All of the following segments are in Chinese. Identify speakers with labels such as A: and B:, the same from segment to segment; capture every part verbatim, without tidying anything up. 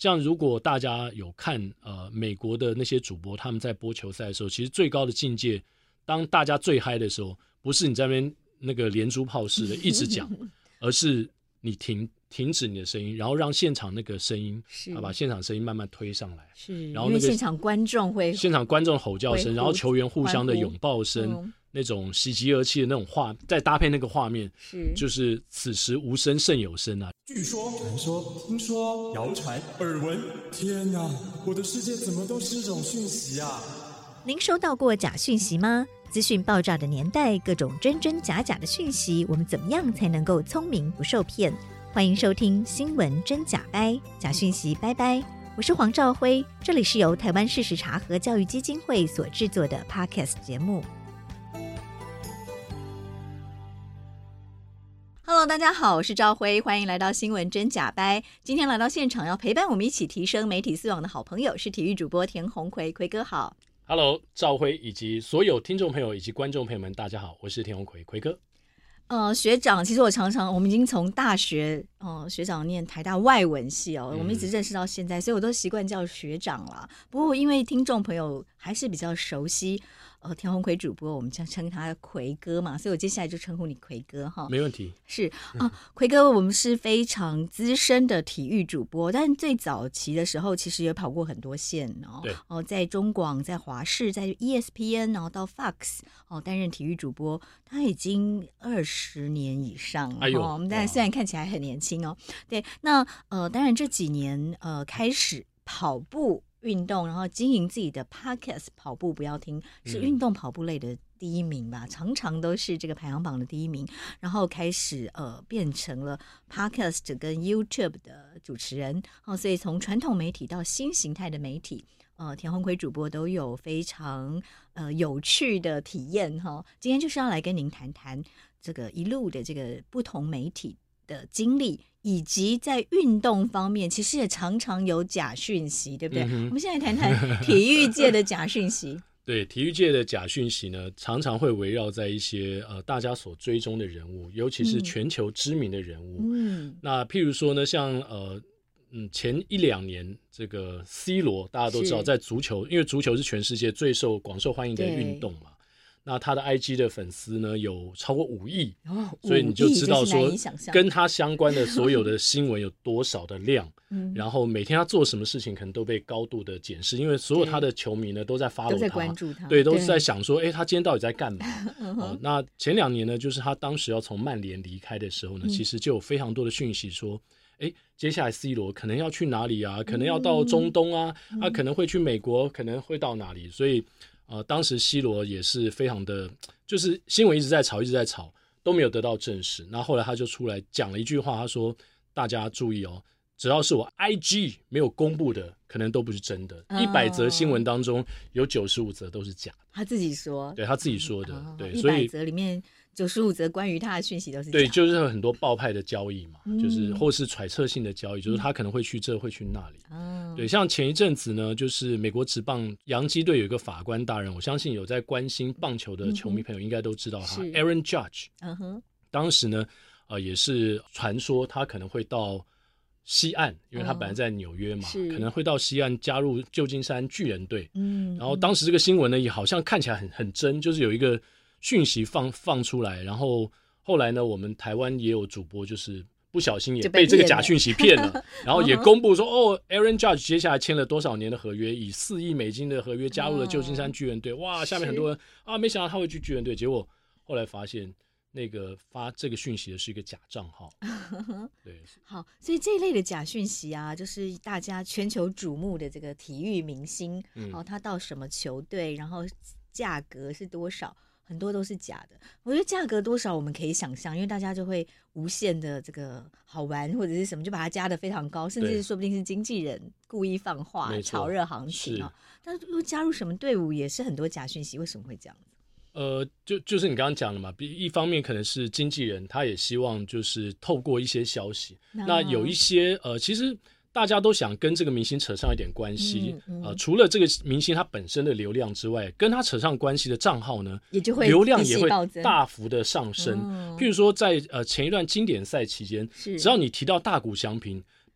A: 像如果大家有看呃美国的那些主播，他们在播球赛的时候，其实最高的境界，当大家最嗨的时候，不是你在那边那个连珠炮似的一直讲，而是你停停止你的声音，然后让现场那个声音，啊，把现场声音慢慢推上来。
B: 是，
A: 然后、那个、
B: 因为现场观众会，
A: 现场观众吼叫声，然后球员互相的拥抱声。嗯，那种喜极而泣的那种画，再搭配那个画面，
B: 是
A: 就是此时无声胜有声啊！
C: 据说、传说、听说、谣传、耳闻，天哪，我的世界怎么都是这种讯息啊！
D: 您收到过假讯息吗？资讯爆炸的年代，各种真真假假的讯息，我们怎么样才能够聪明不受骗？欢迎收听新闻真假掰，假讯息拜拜。我是黄兆辉，这里是由台湾事实查核教育基金会所制作的 Podcast 节目。
B: Hello， 大家好，我是兆辉，欢迎来到新闻真假掰。今天来到现场要陪伴我们一起提升媒体素养的好朋友是体育主播田鸿奎，奎哥好。
A: Hello， 兆辉以及所有听众朋友以及观众朋友们，大家好，我是田鸿奎，奎哥。
B: 呃，学长，其实我常常我们已经从大学，呃，学长念台大外文系哦，我们一直认识到现在，所以我都习惯叫学长啦。不过因为听众朋友还是比较熟悉。呃，田鸿奎主播，我们将称他奎哥嘛，所以我接下来就称呼你奎哥哈。
A: 没问题。
B: 是啊，奎哥，我们是非常资深的体育主播，但最早期的时候，其实也跑过很多线哦。
A: 对。
B: 哦，在中广、在华视、在 E S P N， 然后到 Fox 哦，担任体育主播，他已经二十年以上了。
A: 哎呦，
B: 哦，但虽然看起来很年轻哦。对，那呃，当然这几年呃开始跑步。运动，然后经营自己的 podcast 跑步不要听，是运动跑步类的第一名吧，嗯、常常都是这个排行榜的第一名。然后开始呃变成了 podcast 跟 YouTube 的主持人，哦，所以从传统媒体到新形态的媒体，呃，田鸿奎主播都有非常呃有趣的体验哈、哦。今天就是要来跟您谈谈这个一路的这个不同媒体的经历。以及在运动方面其实也常常有假讯息，对不对、嗯、我们现在谈谈体育界的假讯息。
A: 对，体育界的假讯息呢，常常会围绕在一些呃大家所追踪的人物，尤其是全球知名的人物。嗯，那譬如说呢，像呃嗯前一两年这个 C 罗，大家都知道，在足球，因为足球是全世界最受广受欢迎的运动嘛。那他的 I G 的粉丝呢有超过五亿、哦、所以你就知道说跟他相关的所有的新闻有多少的量、嗯、然后每天他做什么事情可能都被高度的检视，因为所有他的球迷呢都在 follow 他，
B: 都在关注他，
A: 对，都是在想说哎，他今天到底在干嘛、哦、那前两年呢，就是他当时要从曼联离开的时候呢、嗯、其实就有非常多的讯息说哎，接下来 C 罗可能要去哪里啊，可能要到中东啊、嗯、啊可能会去美国，可能会到哪里，所以呃，当时 C 罗也是非常的，就是新闻一直在炒，一直在炒，都没有得到证实。那后来他就出来讲了一句话，他说：“大家注意哦，只要是我 I G 没有公布的，可能都不是真的。一百则新闻当中有九十五则都是假的。”
B: 他自己说，
A: 对他自己说的，
B: 哦、
A: 对，
B: 一百则里面九十五则关于他的讯息都是假的。
A: 对，就是有很多爆派的交易嘛，嗯、就是或是揣测性的交易，就是他可能会去这，会去那里。嗯、对，像前一阵子呢，就是美国职棒洋基队有一个法官大人，我相信有在关心棒球的球迷朋友应该都知道他、嗯、Aaron Judge。嗯哼，当时呢，呃，也是传说他可能会到西岸，因为他本来在纽约嘛、哦，可能会到西岸加入旧金山巨人队。嗯，然后当时这个新闻呢，也好像看起来很很真，就是有一个讯息放放出来，然后后来呢，我们台湾也有主播就是不小心也被这个假讯息骗了，然后也公布说哦 ，Aaron Judge 接下来签了多少年的合约，以四亿美金的合约加入了旧金山巨人队。哇，下面很多人啊，没想到他会去巨人队，结果后来发现。那个发这个讯息的是一个假账号。对，
B: 好，所以这一类的假讯息啊，就是大家全球瞩目的这个体育明星，嗯、哦，他到什么球队，然后价格是多少，很多都是假的。我觉得价格多少我们可以想象，因为大家就会无限的这个好玩或者是什么，就把它加得非常高，甚至说不定是经纪人故意放话炒热行情啊。但是如果加入什么队伍，也是很多假讯息，为什么会这样子？
A: 呃，就就是你刚刚讲的嘛，一方面可能是经纪人，他也希望就是透过一些消息，那, 那有一些呃，其实大家都想跟这个明星扯上一点关系，嗯嗯呃，除了这个明星他本身的流量之外，跟他扯上关系的账号呢，
B: 也就会
A: 流量也会大幅的上升。嗯、譬如说在呃前一段经典赛期间，只要你提到大谷翔平。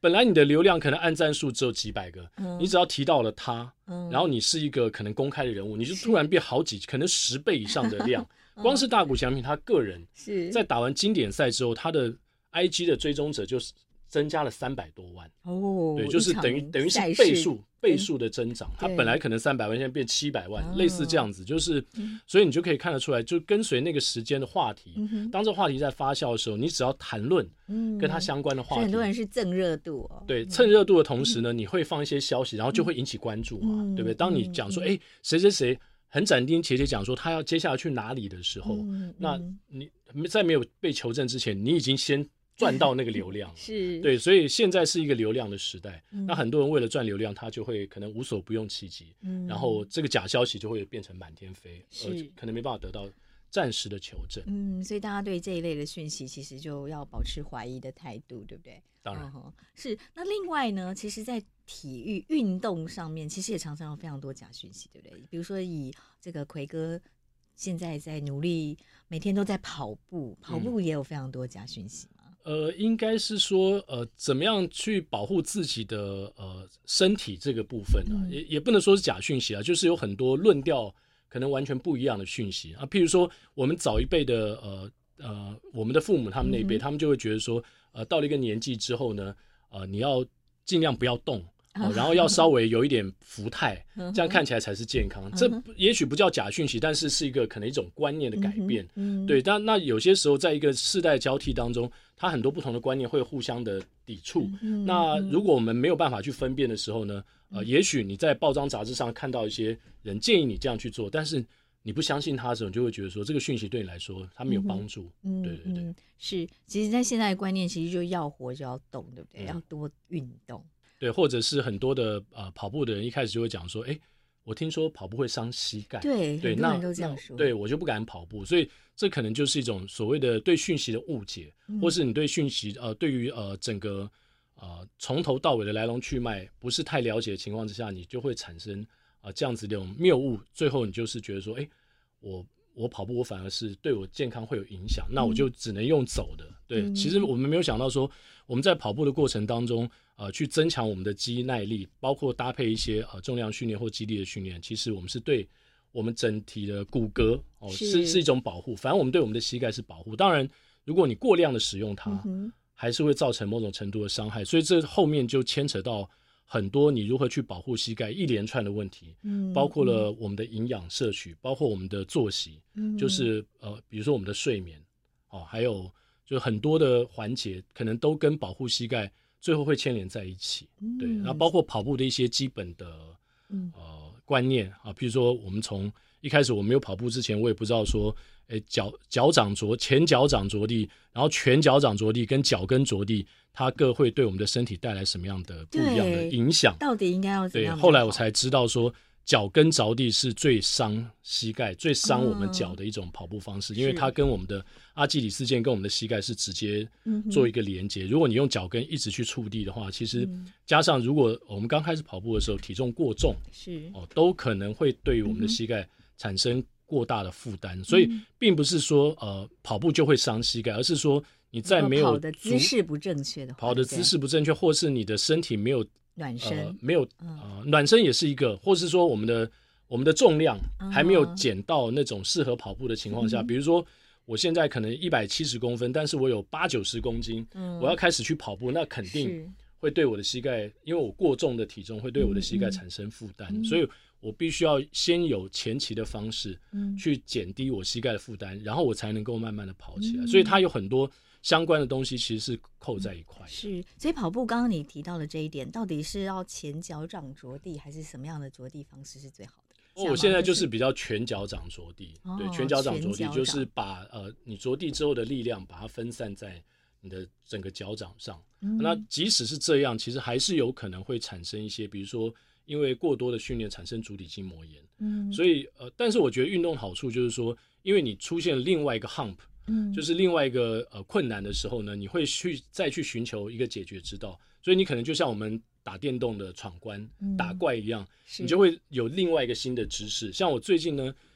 A: 本来你的流量可能按赞数只有几百个，
B: 嗯、
A: 你只要提到了他、
B: 嗯，
A: 然后你是一个可能公开的人物，你就突然变好几，可能十倍以上的量。光是大谷翔平他个人
B: 是
A: 在打完经典赛之后，他的 I G 的追踪者就是增加了三百多万
B: 哦，
A: 对，就是等于等于是倍数倍数的增长。他本来可能三百万，现在变七百万，哦、类似这样子，就是、嗯、所以你就可以看得出来，就跟随那个时间的话题，嗯、当这话题在发酵的时候，你只要谈论跟他相关的话题，
B: 嗯、很多人是蹭热度哦。
A: 对，蹭热度的同时呢，嗯、你会放一些消息，然后就会引起关注嘛，嗯、对不对？当你讲说，哎、嗯，谁谁谁。很斩钉截铁讲说他要接下来去哪里的时候，嗯、那你在没有被求证之前，你已经先赚到那个流量了。
B: 是，
A: 对，所以现在是一个流量的时代。嗯、那很多人为了赚流量，他就会可能无所不用其极，嗯、然后这个假消息就会变成满天飞，而可能没办法得到暂时的求证。
B: 嗯，所以大家对这一类的讯息，其实就要保持怀疑的态度，对不对？
A: 当然、
B: 哦、是。那另外呢，其实，在体育运动上面，其实也常常有非常多假讯息，对不对？比如说以这个奎哥现在在努力，每天都在跑步，跑步也有非常多假讯息嘛。
A: 呃，应该是说，呃，怎么样去保护自己的呃身体这个部分呢、啊嗯？也也不能说是假讯息啊，就是有很多论调可能完全不一样的讯息啊。譬如说，我们早一辈的呃呃，我们的父母他们那一辈、嗯，他们就会觉得说，呃，到了一个年纪之后呢，呃，你要尽量不要动。哦、然后要稍微有一点福态，这样看起来才是健康。这也许不叫假讯息，但是是一个可能一种观念的改变。嗯、对，但那有些时候在一个世代交替当中，它很多不同的观念会互相的抵触。嗯、那如果我们没有办法去分辨的时候呢，呃，也许你在报章杂志上看到一些人建议你这样去做，但是你不相信他的时候，你就会觉得说这个讯息对你来说它没有帮助。嗯、对对对、嗯，
B: 是。其实，在现在的观念，其实就要活就要动，对不对？嗯、要多运动。
A: 对，或者是很多的呃跑步的人一开始就会讲说，哎，我听说跑步会伤膝盖，
B: 对，
A: 对，
B: 很多人都这样说，
A: 对我就不敢跑步，所以这可能就是一种所谓的对讯息的误解，嗯、或是你对讯息呃对于呃整个呃从头到尾的来龙去脉不是太了解的情况之下，你就会产生啊、呃、这样子的这种谬误，最后你就是觉得说，哎，我我跑步我反而是对我健康会有影响，那我就只能用走的。嗯、对，其实我们没有想到说我们在跑步的过程当中。呃，去增强我们的肌耐力，包括搭配一些呃重量训练或肌力的训练，其实我们是对我们整体的骨骼哦是 是, 是一种保护。反正我们对我们的膝盖是保护。当然，如果你过量的使用它，嗯、还是会造成某种程度的伤害。所以这后面就牵扯到很多你如何去保护膝盖一连串的问题，嗯、包括了我们的营养摄取，包括我们的作息，嗯、就是呃，比如说我们的睡眠哦，还有就很多的环节，可能都跟保护膝盖。最后会牵连在一起，对，然后包括跑步的一些基本的、嗯、呃观念啊，譬如说我们从一开始我没有跑步之前，我也不知道说，哎，脚脚掌着前脚掌着地，然后全脚掌着地跟脚跟着地，它各会对我们的身体带来什么样的不一样的影响？
B: 到底应该要怎么样？
A: 对，后来我才知道说。脚跟着地是最伤膝盖、最伤我们脚的一种跑步方式，嗯、因为它跟我们的阿基里斯腱跟我们的膝盖是直接做一个连接。嗯、如果你用脚跟一直去触地的话，其实加上如果我们刚开始跑步的时候体重过重，
B: 是
A: 哦，都可能会对于我们的膝盖产生过大的负担。嗯、所以并不是说呃跑步就会伤膝盖，而是说你在没有
B: 跑的姿势不正确的话，
A: 跑的姿势不正确，或是你的身体没有。
B: 暖身、
A: 呃、没有、呃、暖身也是一个，或是说我们的我们的重量还没有减到那种适合跑步的情况下，嗯、比如说我现在可能一百七十公分，但是我有八九十公斤，嗯、我要开始去跑步，那肯定会对我的膝盖，因为我过重的体重会对我的膝盖产生负担，嗯、所以我必须要先有前期的方式去减低我膝盖的负担，嗯、然后我才能够慢慢的跑起来，嗯、所以它有很多。相关的东西其实是扣在一块、嗯，
B: 是，所以跑步刚刚你提到的这一点，到底是要前脚掌着地，还是什么样的着地方式是最好的？
A: 哦，我现在就是比较全脚掌着地，哦、对，全脚掌着地就是把呃你着地之后的力量把它分散在你的整个脚掌上。嗯、那即使是这样，其实还是有可能会产生一些，比如说因为过多的训练产生足底筋膜炎。嗯，所以呃，但是我觉得运动好处就是说，因为你出现另外一个 hump。嗯，就是另外一个呃困难的时候呢，你会去再去寻求一个解决之道，所以你可能就像我们打电动的闯关、嗯、打怪一样，你就会有另外一个新的知识。像我最近呢，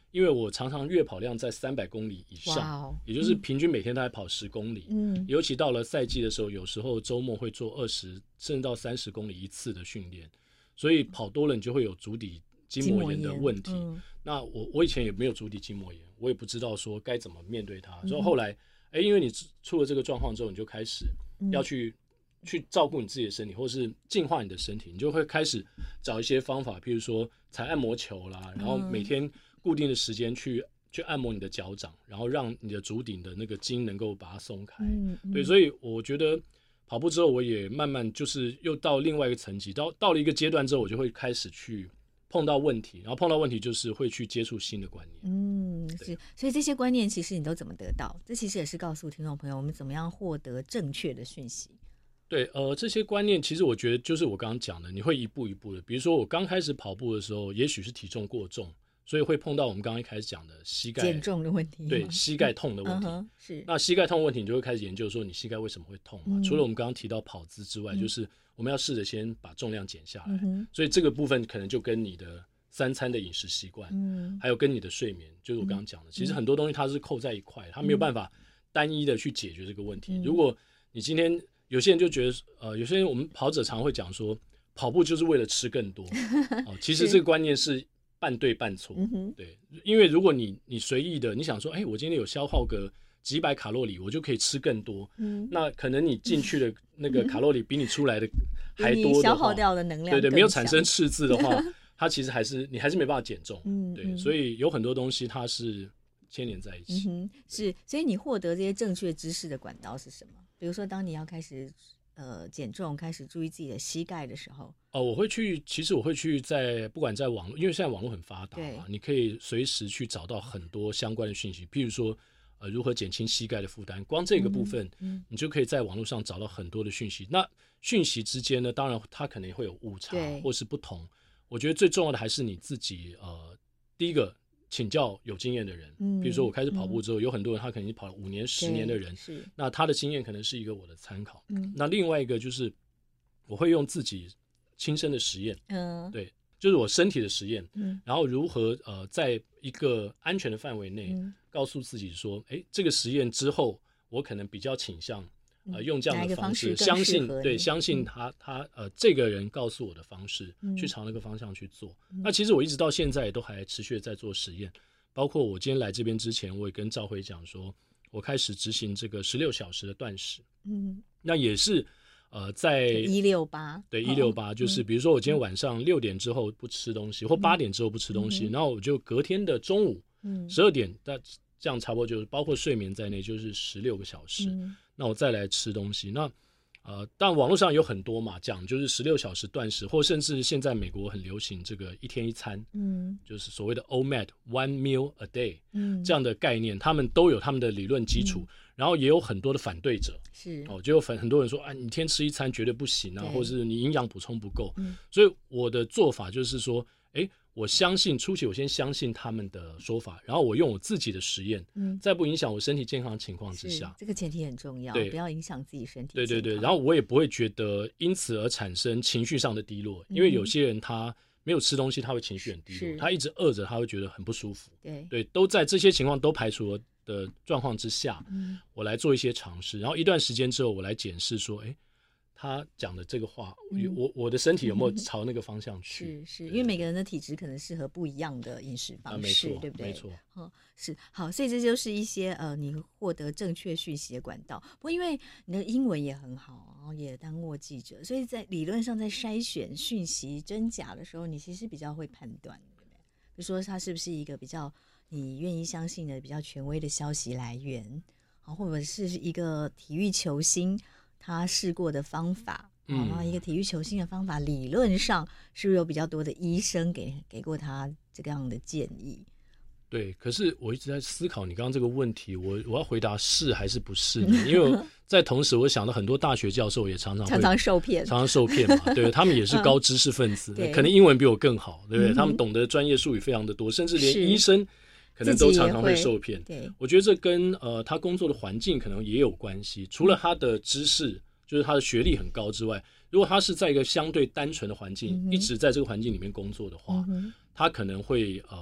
A: 因为我常常月跑量在三百公里以上，
B: wow,
A: 也就是平均每天大概跑十公里。
B: 嗯，
A: 尤其到了赛季的时候，有时候周末会做二十甚至到三十公里一次的训练，所以跑多了你就会有足底筋膜炎的问题。嗯、那我我以前也没有足底筋膜炎，我也不知道说该怎么面对它。嗯、所以后来，哎，因为你出了这个状况之后，你就开始要去、嗯、去照顾你自己的身体，或是净化你的身体，你就会开始找一些方法，譬如说踩按摩球啦，然后每天固定的时间去。去按摩你的脚掌，然后让你的足底的那个筋能够把它松开。嗯嗯、对，所以我觉得跑步之后，我也慢慢就是又到另外一个层级，到到了一个阶段之后，我就会开始去碰到问题，然后碰到问题就是会去接触新的观念。
B: 嗯，是，所以这些观念其实你都怎么得到？这其实也是告诉听众朋友，我们怎么样获得正确的讯息。
A: 对，呃，这些观念其实我觉得就是我刚刚讲的，你会一步一步的。比如说我刚开始跑步的时候，也许是体重过重。所以会碰到我们刚刚一开始讲的膝盖
B: 减重的问题，
A: 对，膝盖痛的问题。
B: 嗯、是
A: 那膝盖痛的问题，你就会开始研究说你膝盖为什么会痛嘛？嗯、除了我们刚刚提到跑姿之外，嗯、就是我们要试着先把重量减下来。嗯、所以这个部分可能就跟你的三餐的饮食习惯，嗯、还有跟你的睡眠，就是我刚刚讲的，嗯、其实很多东西它是扣在一块，它没有办法单一的去解决这个问题。嗯、如果你今天有些人就觉得，呃，有些人我们跑者常会讲说，跑步就是为了吃更多。哦，其实这个观念是。半对半错，嗯、对，因为如果你你随意的，你想说，哎，我今天有消耗个几百卡路里，我就可以吃更多，嗯、那可能你进去的那个卡路里比你出来的还多的话，
B: 你消耗掉的能量，
A: 对对，没有产生赤字的话，它其实还是你还是没办法减重，嗯、对，所以有很多东西它是牵连在一起，
B: 嗯、是，所以你获得这些正确知识的管道是什么？比如说，当你要开始。呃，减重开始注意自己的膝盖的时候，
A: 哦，我会去，其实我会去在不管在网络，因为现在网络很发达嘛，你可以随时去找到很多相关的讯息，譬如说，呃，如何减轻膝盖的负担，光这个部分，嗯嗯、你就可以在网络上找到很多的讯息。那讯息之间呢，当然它可能会有误差或是不同。我觉得最重要的还是你自己，呃，第一个。请教有经验的人，嗯，比如说我开始跑步之后，嗯、有很多人他可能跑了五年、十年的人，是那他的经验可能是一个我的参考。嗯，那另外一个就是我会用自己亲身的实验，嗯，对，就是我身体的实验，嗯，然后如何呃在一个安全的范围内，嗯、告诉自己说，哎，这个实验之后，我可能比较倾向。呃，用这样的方式，相信对，相信他，他呃，这个人告诉我的方式，嗯、去朝那个方向去做。嗯、那其实我一直到现在也都还持续在做实验，包括我今天来这边之前，我也跟赵辉讲说，我开始执行这个十六小时的断食。嗯，那也是呃，在
B: 一六八，
A: 对一六八，就是比如说我今天晚上六点之后不吃东西，嗯、或八点之后不吃东西，嗯、然后我就隔天的中午，嗯，十二点，那这样差不多就是包括睡眠在内，就是十六个小时。嗯那我再来吃东西，那呃，但网络上有很多嘛，讲就是十六小时断食，或甚至现在美国很流行这个一天一餐，嗯，就是所谓的 O M A D One Meal a Day，嗯，这样的概念，他们都有他们的理论基础，嗯、然后也有很多的反对者，
B: 是
A: 哦，就有很很多人说，啊，你一天吃一餐绝对不行啊，或是你营养补充不够，嗯、所以我的做法就是说，哎。我相信初期，我先相信他们的说法，然后我用我自己的实验，嗯，在不影响我身体健康的情况之下，
B: 这个前提很重要，不要影响自己身体健康。
A: 对对对，然后我也不会觉得因此而产生情绪上的低落，嗯、因为有些人他没有吃东西，他会情绪很低落，他一直饿着，他会觉得很不舒服。
B: 对对，
A: 都在这些情况都排除了的状况之下，嗯，我来做一些尝试，然后一段时间之后，我来检视说，哎。他讲的这个话，嗯、我我的身体有没有朝那个方向去？
B: 是是，因为每个人的体质可能适合不一样的饮食方式，
A: 啊、
B: 对不对？
A: 没错，
B: 嗯，是好，所以这就是一些呃，你获得正确讯息的管道。不过因为你的英文也很好，然后也当过记者，所以在理论上在筛选讯息真假的时候，你其实比较会判断，对不对？比如说它是不是一个比较你愿意相信的比较权威的消息来源，好，或者是一个体育球星。他试过的方法，嗯、然后一个体育球星的方法，理论上是不是有比较多的医生给给过他这个样的建议？
A: 对，可是我一直在思考你刚刚这个问题，我我要回答是还是不是呢？因为在同时，我想到很多大学教授也常常
B: 常常受骗，
A: 常常受骗嘛，对，他们也是高知识分子，嗯、可能英文比我更好，对不对？嗯、他们懂得专业术语非常的多，甚至连医生。可能都常常会受骗，
B: 对，
A: 我觉得这跟呃他工作的环境可能也有关系。除了他的知识，就是他的学历很高之外，如果他是在一个相对单纯的环境，嗯、一直在这个环境里面工作的话，嗯、他可能会呃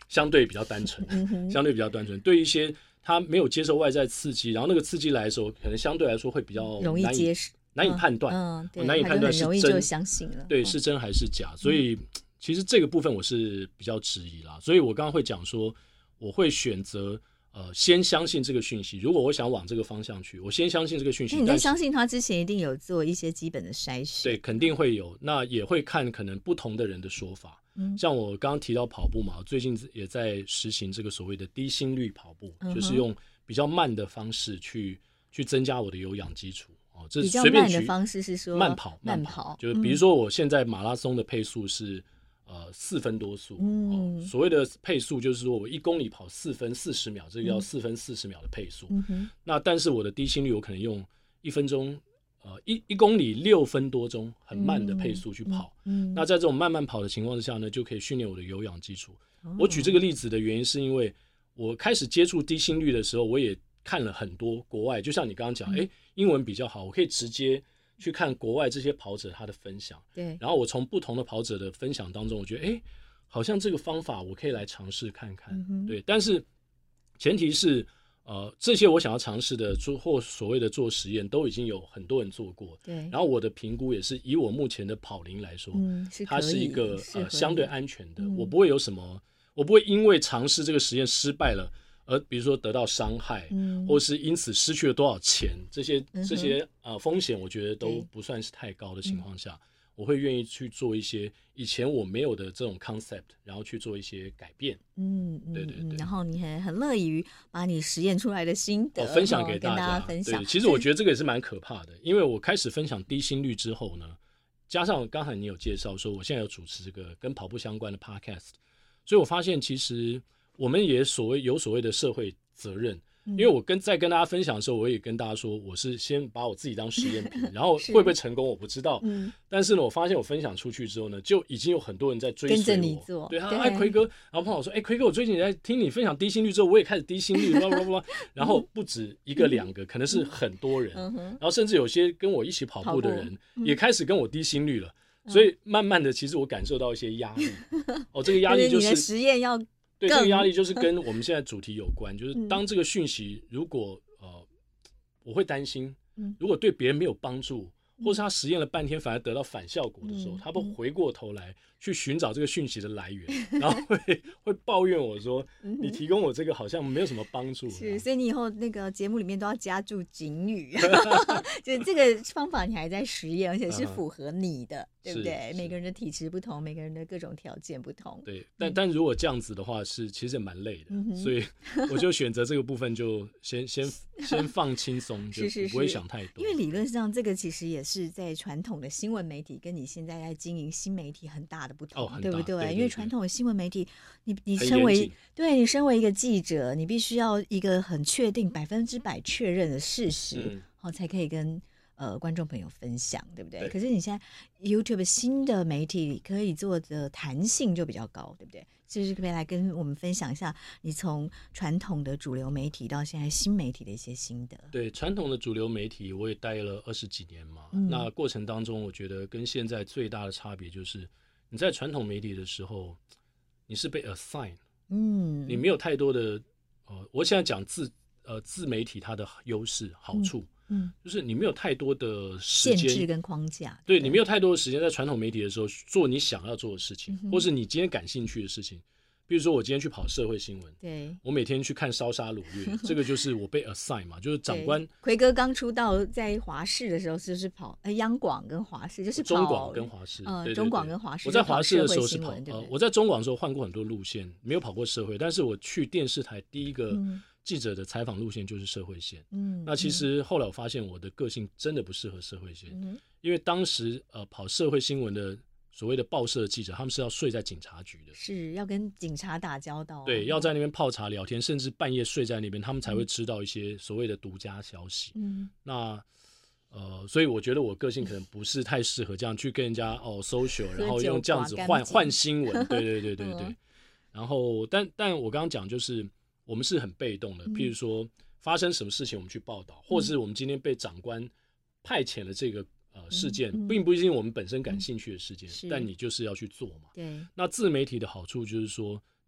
A: 相对比较单纯，
B: 嗯、
A: 相对比较单纯。对一些他没有接受外在刺激，然后那个刺激来的时候，可能相对来说会比较
B: 容易接受，
A: 难以判断，
B: 嗯，嗯
A: 难以判断是真，
B: 就相信了，
A: 对，是真还是假。所以、嗯、其实这个部分我是比较质疑啦。所以我刚刚会讲说，我会选择。呃，先相信这个讯息。如果我想往这个方向去，我先相信这个讯息。
B: 你在相信他之前，一定有做一些基本的筛选。
A: 对，肯定会有。那也会看可能不同的人的说法。嗯，像我刚刚提到跑步嘛，最近也在实行这个所谓的低心率跑步，嗯、就是用比较慢的方式去去增加我的有氧基础。哦，这
B: 比较慢的方式是说
A: 慢跑，
B: 慢跑，
A: 就是比如说我现在马拉松的配速是。呃，四分多速、嗯哦，所谓的配速就是说我一公里跑四分四十秒，这个叫四分四十秒的配速。嗯、那但是我的低心率，我可能用一分钟，呃，一一公里六分多钟，很慢的配速去跑。嗯嗯、那在这种慢慢跑的情况之下呢，就可以训练我的有氧基础。哦、我举这个例子的原因，是因为我开始接触低心率的时候，我也看了很多国外，就像你刚刚讲，哎、嗯，英文比较好，我可以直接。去看国外这些跑者他的分享，
B: 对，
A: 然后我从不同的跑者的分享当中，我觉得，哎，好像这个方法我可以来尝试看看，嗯、对。但是前提是，呃，这些我想要尝试的做或所谓的做实验，都已经有很多人做过，
B: 对。
A: 然后我的评估也是以我目前的跑龄来说，
B: 嗯、是
A: 它是一个呃相对安全的，
B: 嗯、
A: 我不会有什么，我不会因为尝试这个实验失败了。而比如说得到伤害，嗯，或是因此失去了多少钱，这些这些呃风险，我觉得都不算是太高的情况下，我会愿意去做一些以前我没有的这种 concept， 然后去做一些改变。
B: 嗯，
A: 对对对。
B: 然后你很很乐意于把你实验出来的心得、
A: 哦、分享给大家，
B: 跟大家分享。
A: 对，其实我觉得这个也是蛮可怕的，因为我开始分享低心率之后呢，加上刚才你有介绍说我现在有主持这个跟跑步相关的 podcast， 所以我发现其实。我们也所谓有所谓的社会责任，因为我跟在跟大家分享的时候，我也跟大家说，我是先把我自己当实验品，然后会不会成功我不知道。嗯、但是呢，我发现我分享出去之后呢，就已经有很多人在追随我，
B: 跟着你做。
A: 对，他哎奎哥，然后碰到我说，哎奎哥，我最近也在听你分享低心率之后，我也开始低心率，blah blah blah，然后不止一个两个，可能是很多人，嗯、然后甚至有些跟我一起跑步的人也开始跟我低心率了，嗯、所以慢慢的，其实我感受到一些压力。哦，这个压力就是
B: 你的实验要。
A: 对，这个压力就是跟我们现在主题有关，就是当这个讯息如果呃，我会担心，如果对别人没有帮助，或是他实验了半天反而得到反效果的时候，他不回过头来去寻找这个讯息的来源，然后会会抱怨我说，你提供我这个好像没有什么帮助。
B: 是，所以你以后那个节目里面都要加注警语，就是这个方法你还在实验，而且是符合你的。对不对？每个人的体质不同，每个人的各种条件不同。
A: 对，但、嗯、但如果这样子的话，是其实也蛮累的，嗯、所以我就选择这个部分，就先先先放轻松，就不会想太多。
B: 因为理论上，这个其实也是在传统的新闻媒体跟你现在在经营新媒体很大的不同，
A: 哦、
B: 对不 对,
A: 对, 对, 对？
B: 因为传统的新闻媒体，你你身为对你身为一个记者，你必须要一个很确定百分之百确认的事实，嗯、好才可以跟。呃，观众朋友分享，对不对？
A: 对。
B: 可是你现在 YouTube 新的媒体可以做的弹性就比较高，对不对？就是可以来跟我们分享一下你从传统的主流媒体到现在新媒体的一些心得。
A: 对，传统的主流媒体我也待了二十几年嘛，嗯、那过程当中我觉得跟现在最大的差别就是你在传统媒体的时候，你是被 assign， 嗯，你没有太多的呃，我现在讲自呃自媒体它的优势好处。嗯嗯，就是你没有太多的时间
B: 限制跟框架，
A: 对, 对你没有太多的时间在传统媒体的时候做你想要做的事情，嗯、或是你今天感兴趣的事情。比如说我今天去跑社会新闻，
B: 对，
A: 我每天去看烧杀掳掠，这个就是我被 assign 嘛，就是长官。
B: 奎哥刚出道在华视的时候，就是跑呃央广跟华视，就是跑
A: 中广跟华视，
B: 呃，
A: 对对对
B: 中广跟华视。
A: 我在华视的时候是跑，
B: 对对
A: 呃，我在中广的时候换过很多路线，没有跑过社会，但是我去电视台第一个。嗯记者的采访路线就是社会线，嗯，那其实后来我发现我的个性真的不适合社会线，嗯、因为当时呃跑社会新闻的所谓的报社的记者，他们是要睡在警察局的，
B: 是要跟警察打交道，
A: 对，要在那边泡茶聊天，甚至半夜睡在那边，他们才会知道一些所谓的独家消息。嗯，那呃，所以我觉得我个性可能不是太适合这样去跟人家哦 social， 然后用这样子换换新闻，对对对对对。嗯、然后，但但我刚刚讲就是。我们是很被动的，譬如说发生什么事情我们去报道，嗯、或是我们今天被长官派遣了这个呃事件，嗯、并不一定我们本身感兴趣的事件，嗯、但你就是要去做嘛。
B: 对。
A: 那自媒体的好处就是说，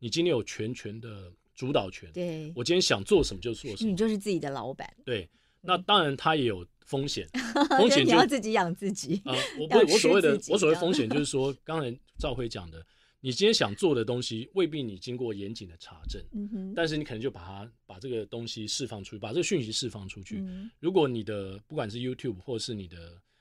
A: 你今天有全权的主导权，
B: 对，
A: 我今天想做什么就做什么，
B: 你就是自己的老板。
A: 对，那当然它也有风险，风险就
B: 你要自己养自己。
A: 啊、呃，我不我所谓的我所谓风险就是说，刚才兆辉讲的，你今天想做的东西未必你经过严谨的查证，
B: 嗯哼，但
A: 是你可能就把它把这个东西释放出去，把这个讯息释放出去。
B: 嗯、
A: 如果你的不管是 YouTube 或是你的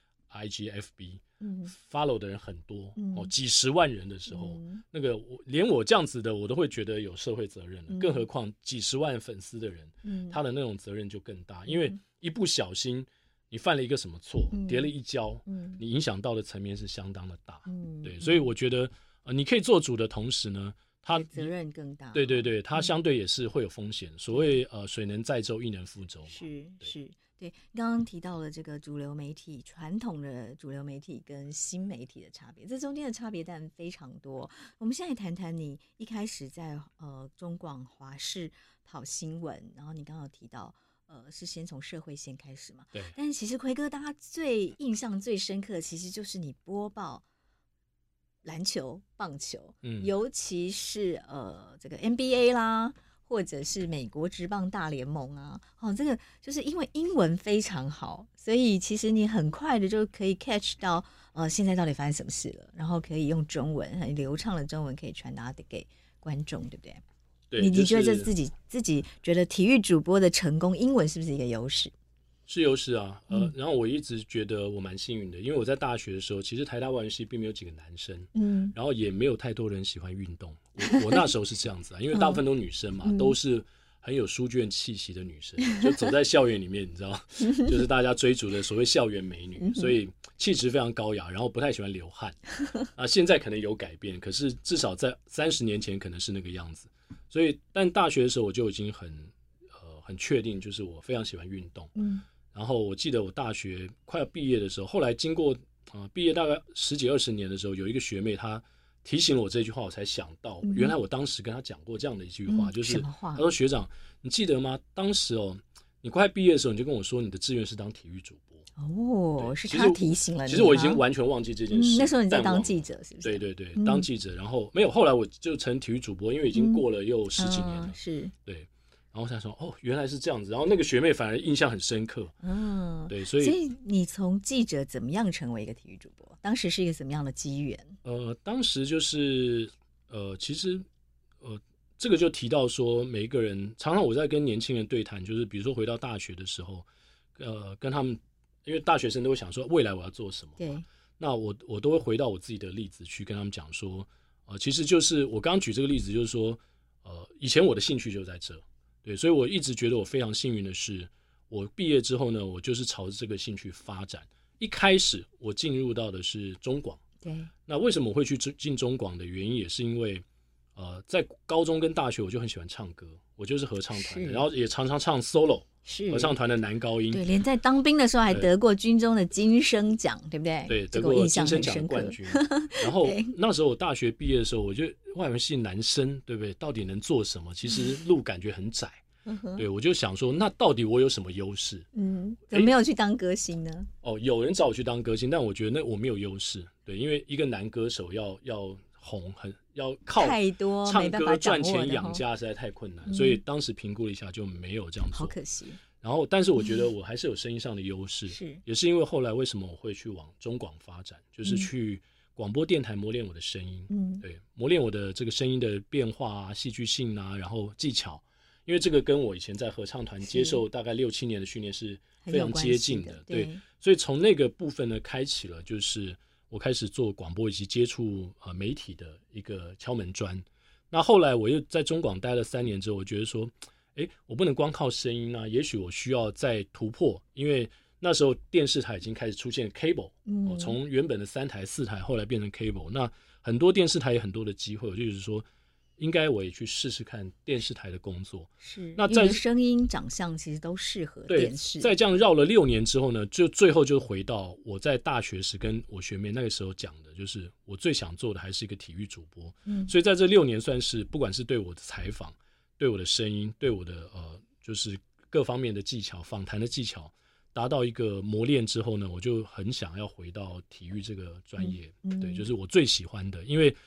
A: I G、F B、嗯、follow 的人很多、嗯哦、几十万人的时候，嗯、那个我连我这样子的我都会觉得有社会责任了，嗯、更何况几十万粉丝的人、嗯，他的那种责任就更大，因为一不小心你犯了一个什么错，嗯、跌了一跤，嗯、你影响到的层面是相当的大，嗯、对，所以我觉得、呃、你可以做主的同时呢，他
B: 责任更大，
A: 对对对，他相对也是会有风险。嗯、所谓呃水能载舟，亦能覆舟，
B: 是是。对，刚刚提到了这个主流媒体、传统的主流媒体跟新媒体的差别，这中间的差别当然非常多。我们现在谈谈你一开始在呃中广华视跑新闻，然后你刚刚有提到呃是先从社会线开始嘛？
A: 对。
B: 但是其实奎哥大家最印象最深刻的，其实就是你播报篮球、棒球，嗯，尤其是呃这个 N B A 啦。或者是美国职棒大联盟啊，哦，这个就是因为英文非常好，所以其实你很快的就可以 catch 到呃现在到底发生什么事了，然后可以用中文很流畅的中文可以传达给观众，对不对？
A: 对，
B: 你、
A: 就是、
B: 你觉得这自己自己觉得体育主播的成功，英文是不是一个优势？
A: 是优势啊，呃、嗯，然后我一直觉得我蛮幸运的，因为我在大学的时候，其实台大外文系并没有几个男生，嗯，然后也没有太多人喜欢运动。我, 我那时候是这样子啊，因为大部分都女生嘛，嗯、都是很有书卷气息的女生，就走在校园里面，你知道，就是大家追逐的所谓校园美女，所以气质非常高雅，然后不太喜欢流汗。啊，现在可能有改变，可是至少在三十年前可能是那个样子。所以，但大学的时候我就已经很呃很确定，就是我非常喜欢运动。嗯。然后我记得我大学快要毕业的时候，后来经过呃毕业大概十几二十年的时候，有一个学妹她提醒了我这句话，我才想到、嗯、原来我当时跟她讲过这样的一句话，嗯、就是她说学长，你记得吗？当时哦，你快毕业的时候，你就跟我说你的志愿是当体育主播。
B: 哦，是她提醒了你。
A: 其实我已经完全忘记这件事。
B: 嗯、那时候你在当记者是不是？
A: 对对对，嗯、当记者，然后没有，后来我就成体育主播，因为已经过了又十几年了。嗯、
B: 是，
A: 对。然后才说哦，原来是这样子。然后那个学妹反而印象很深刻。嗯，对，所以
B: 所以你从记者怎么样成为一个体育主播？当时是一个什么样的机缘？
A: 呃，当时就是呃，其实呃，这个就提到说，每一个人常常我在跟年轻人对谈，就是比如说回到大学的时候，呃，跟他们，因为大学生都会想说未来我要做什么。
B: 对。
A: 那我我都会回到我自己的例子去跟他们讲说，呃，其实就是我刚刚举这个例子，就是说，呃，以前我的兴趣就在这。对，所以我一直觉得我非常幸运的是，我毕业之后呢，我就是朝着这个兴趣发展。一开始我进入到的是中广，
B: 对。
A: 那为什么我会去进中广的原因，也是因为，呃，在高中跟大学我就很喜欢唱歌，我就是合唱团的，然后也常常唱 solo，
B: 是
A: 合唱团的男高音。
B: 对，连在当兵的时候还得过军中的金声奖，对不对？
A: 对，得过金声奖冠军。然后那时候我大学毕业的时候，我觉得外文系男生，对不对？到底能做什么？其实路感觉很窄。对，我就想说，那到底我有什么优势？
B: 嗯，怎么没有去当歌星呢？
A: 哦，有人找我去当歌星，但我觉得那我没有优势。对，因为一个男歌手要要红，很要靠
B: 太多
A: 唱歌赚钱养家，实在太困难。所以当时评估了一下，就没有这样做。
B: 好可惜。
A: 然后，但是我觉得我还是有声音上的优势，
B: 是
A: 也是因为后来为什么我会去往中广发展，就是去广播电台磨练我的声音。嗯，对，磨练我的这个声音的变化啊、戏剧性啊，然后技巧。因为这个跟我以前在合唱团接受大概六七年的训练是非常接近的，
B: 的
A: 对，所以从那个部分呢，开启了就是我开始做广播以及接触呃媒体的一个敲门砖。那后来我又在中广待了三年之后，我觉得说，哎，我不能光靠声音啊，也许我需要再突破，因为那时候电视台已经开始出现 cable，嗯哦、从原本的三台四台后来变成 cable， 那很多电视台有很多的机会，我就是说。应该我也去试试看电视台的工作，
B: 是那在声音长相其实都适合电视。
A: 在这样绕了六年之后呢，就最后就回到我在大学时跟我学妹那个时候讲的，就是我最想做的还是一个体育主播。嗯，所以在这六年算是不管是对我的采访、对我的声音、对我的呃就是各方面的技巧、访谈的技巧达到一个磨练之后呢，我就很想要回到体育这个专业。嗯嗯、对，就是我最喜欢的，因为。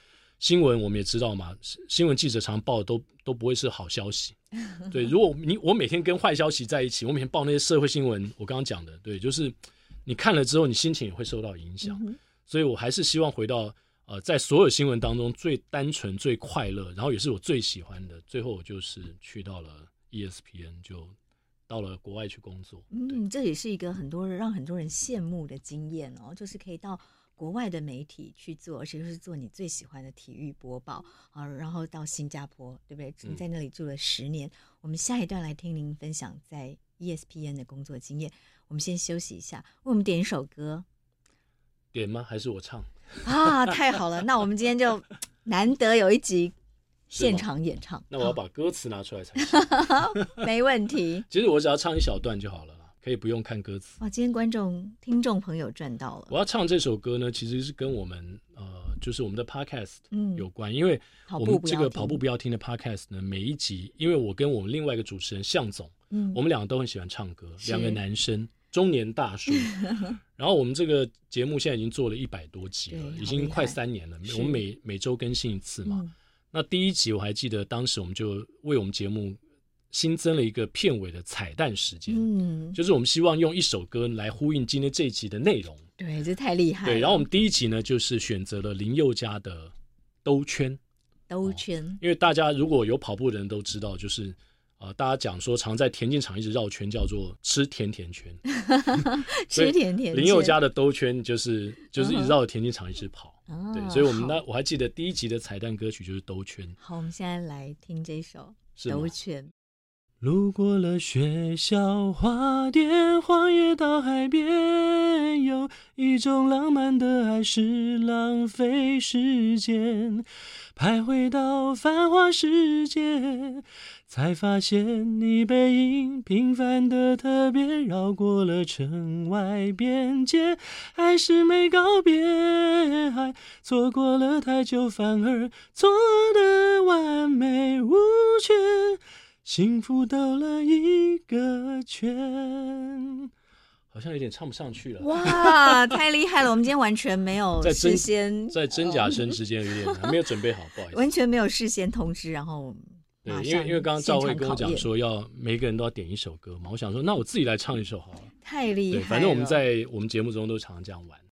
A: 新闻我们也知道嘛，新闻记者常报的都都不会是好消息。对，如果你我每天跟坏消息在一起，我每天报那些社会新闻，我刚刚讲的，对，就是你看了之后，你心情也会受到影响。嗯、所以我还是希望回到呃，在所有新闻当中最单纯、最快乐，然后也是我最喜欢的。最后我就是去到了 E S P N， 就到了国外去工作。
B: 嗯，这也是一个很多人让很多人羡慕的经验哦，就是可以到国外的媒体去做，而且就是做你最喜欢的体育播报啊，然后到新加坡，对不对？你在那里住了十年。嗯、我们下一段来听您分享在 E S P N 的工作经验。我们先休息一下，为我们点一首歌。
A: 点吗？还是我唱？
B: 啊，太好了！那我们今天就难得有一集现场演唱。
A: 那我要把歌词拿出来才行。
B: 没问题。
A: 其实我只要唱一小段就好了。可以不用看歌词。
B: 哇，今天观众听众朋友赚到了。
A: 我要唱这首歌呢，其实是跟我们呃，就是我们的 podcast 有关，嗯、因为我们这个跑步不要听的 podcast 呢，每一集，因为我跟我们另外一个主持人向总，嗯，我们两个都很喜欢唱歌，两个男生，中年大叔。然后我们这个节目现在已经做了一百多集了，已经快三年了。我们每每周更新一次嘛。嗯、那第一集我还记得，当时我们就为我们节目新增了一个片尾的彩蛋时间，嗯，就是我们希望用一首歌来呼应今天这一集的内容。
B: 对，这太厉害了。
A: 对，然后我们第一集呢，就是选择了林宥嘉的兜圈。
B: 兜圈、哦，
A: 因为大家如果有跑步的人都知道，就是呃，大家讲说常在田径场一直绕圈，叫做吃甜甜圈。
B: 吃甜甜圈。
A: 林宥嘉的兜圈就是就是一直绕着田径场一直跑。哦、对，所以我们那我还记得第一集的彩蛋歌曲就是兜圈。
B: 好，我们现在来听这首兜圈。
A: 路过了学校花店，荒野到海边，有一种浪漫的爱是浪费时间，徘徊到繁华世界，才发现你背影平凡的特别，绕过了城外边界，还是没告别，还错过了太久，反而错得完美无缺，幸福兜了一个圈，好像有点唱不上去了。
B: 哇，太厉害了！我们今天完全没有事先
A: 在真假声之间有点还没有准备好，不好意思，
B: 完全没有事先通知，然后
A: 对，因为因为刚刚赵慧跟我讲说要每个人都要点一首歌嘛，我想说那我自己来唱一首好了。
B: 太厉害了！
A: 对，反正我们在我们节目中都常常这样玩。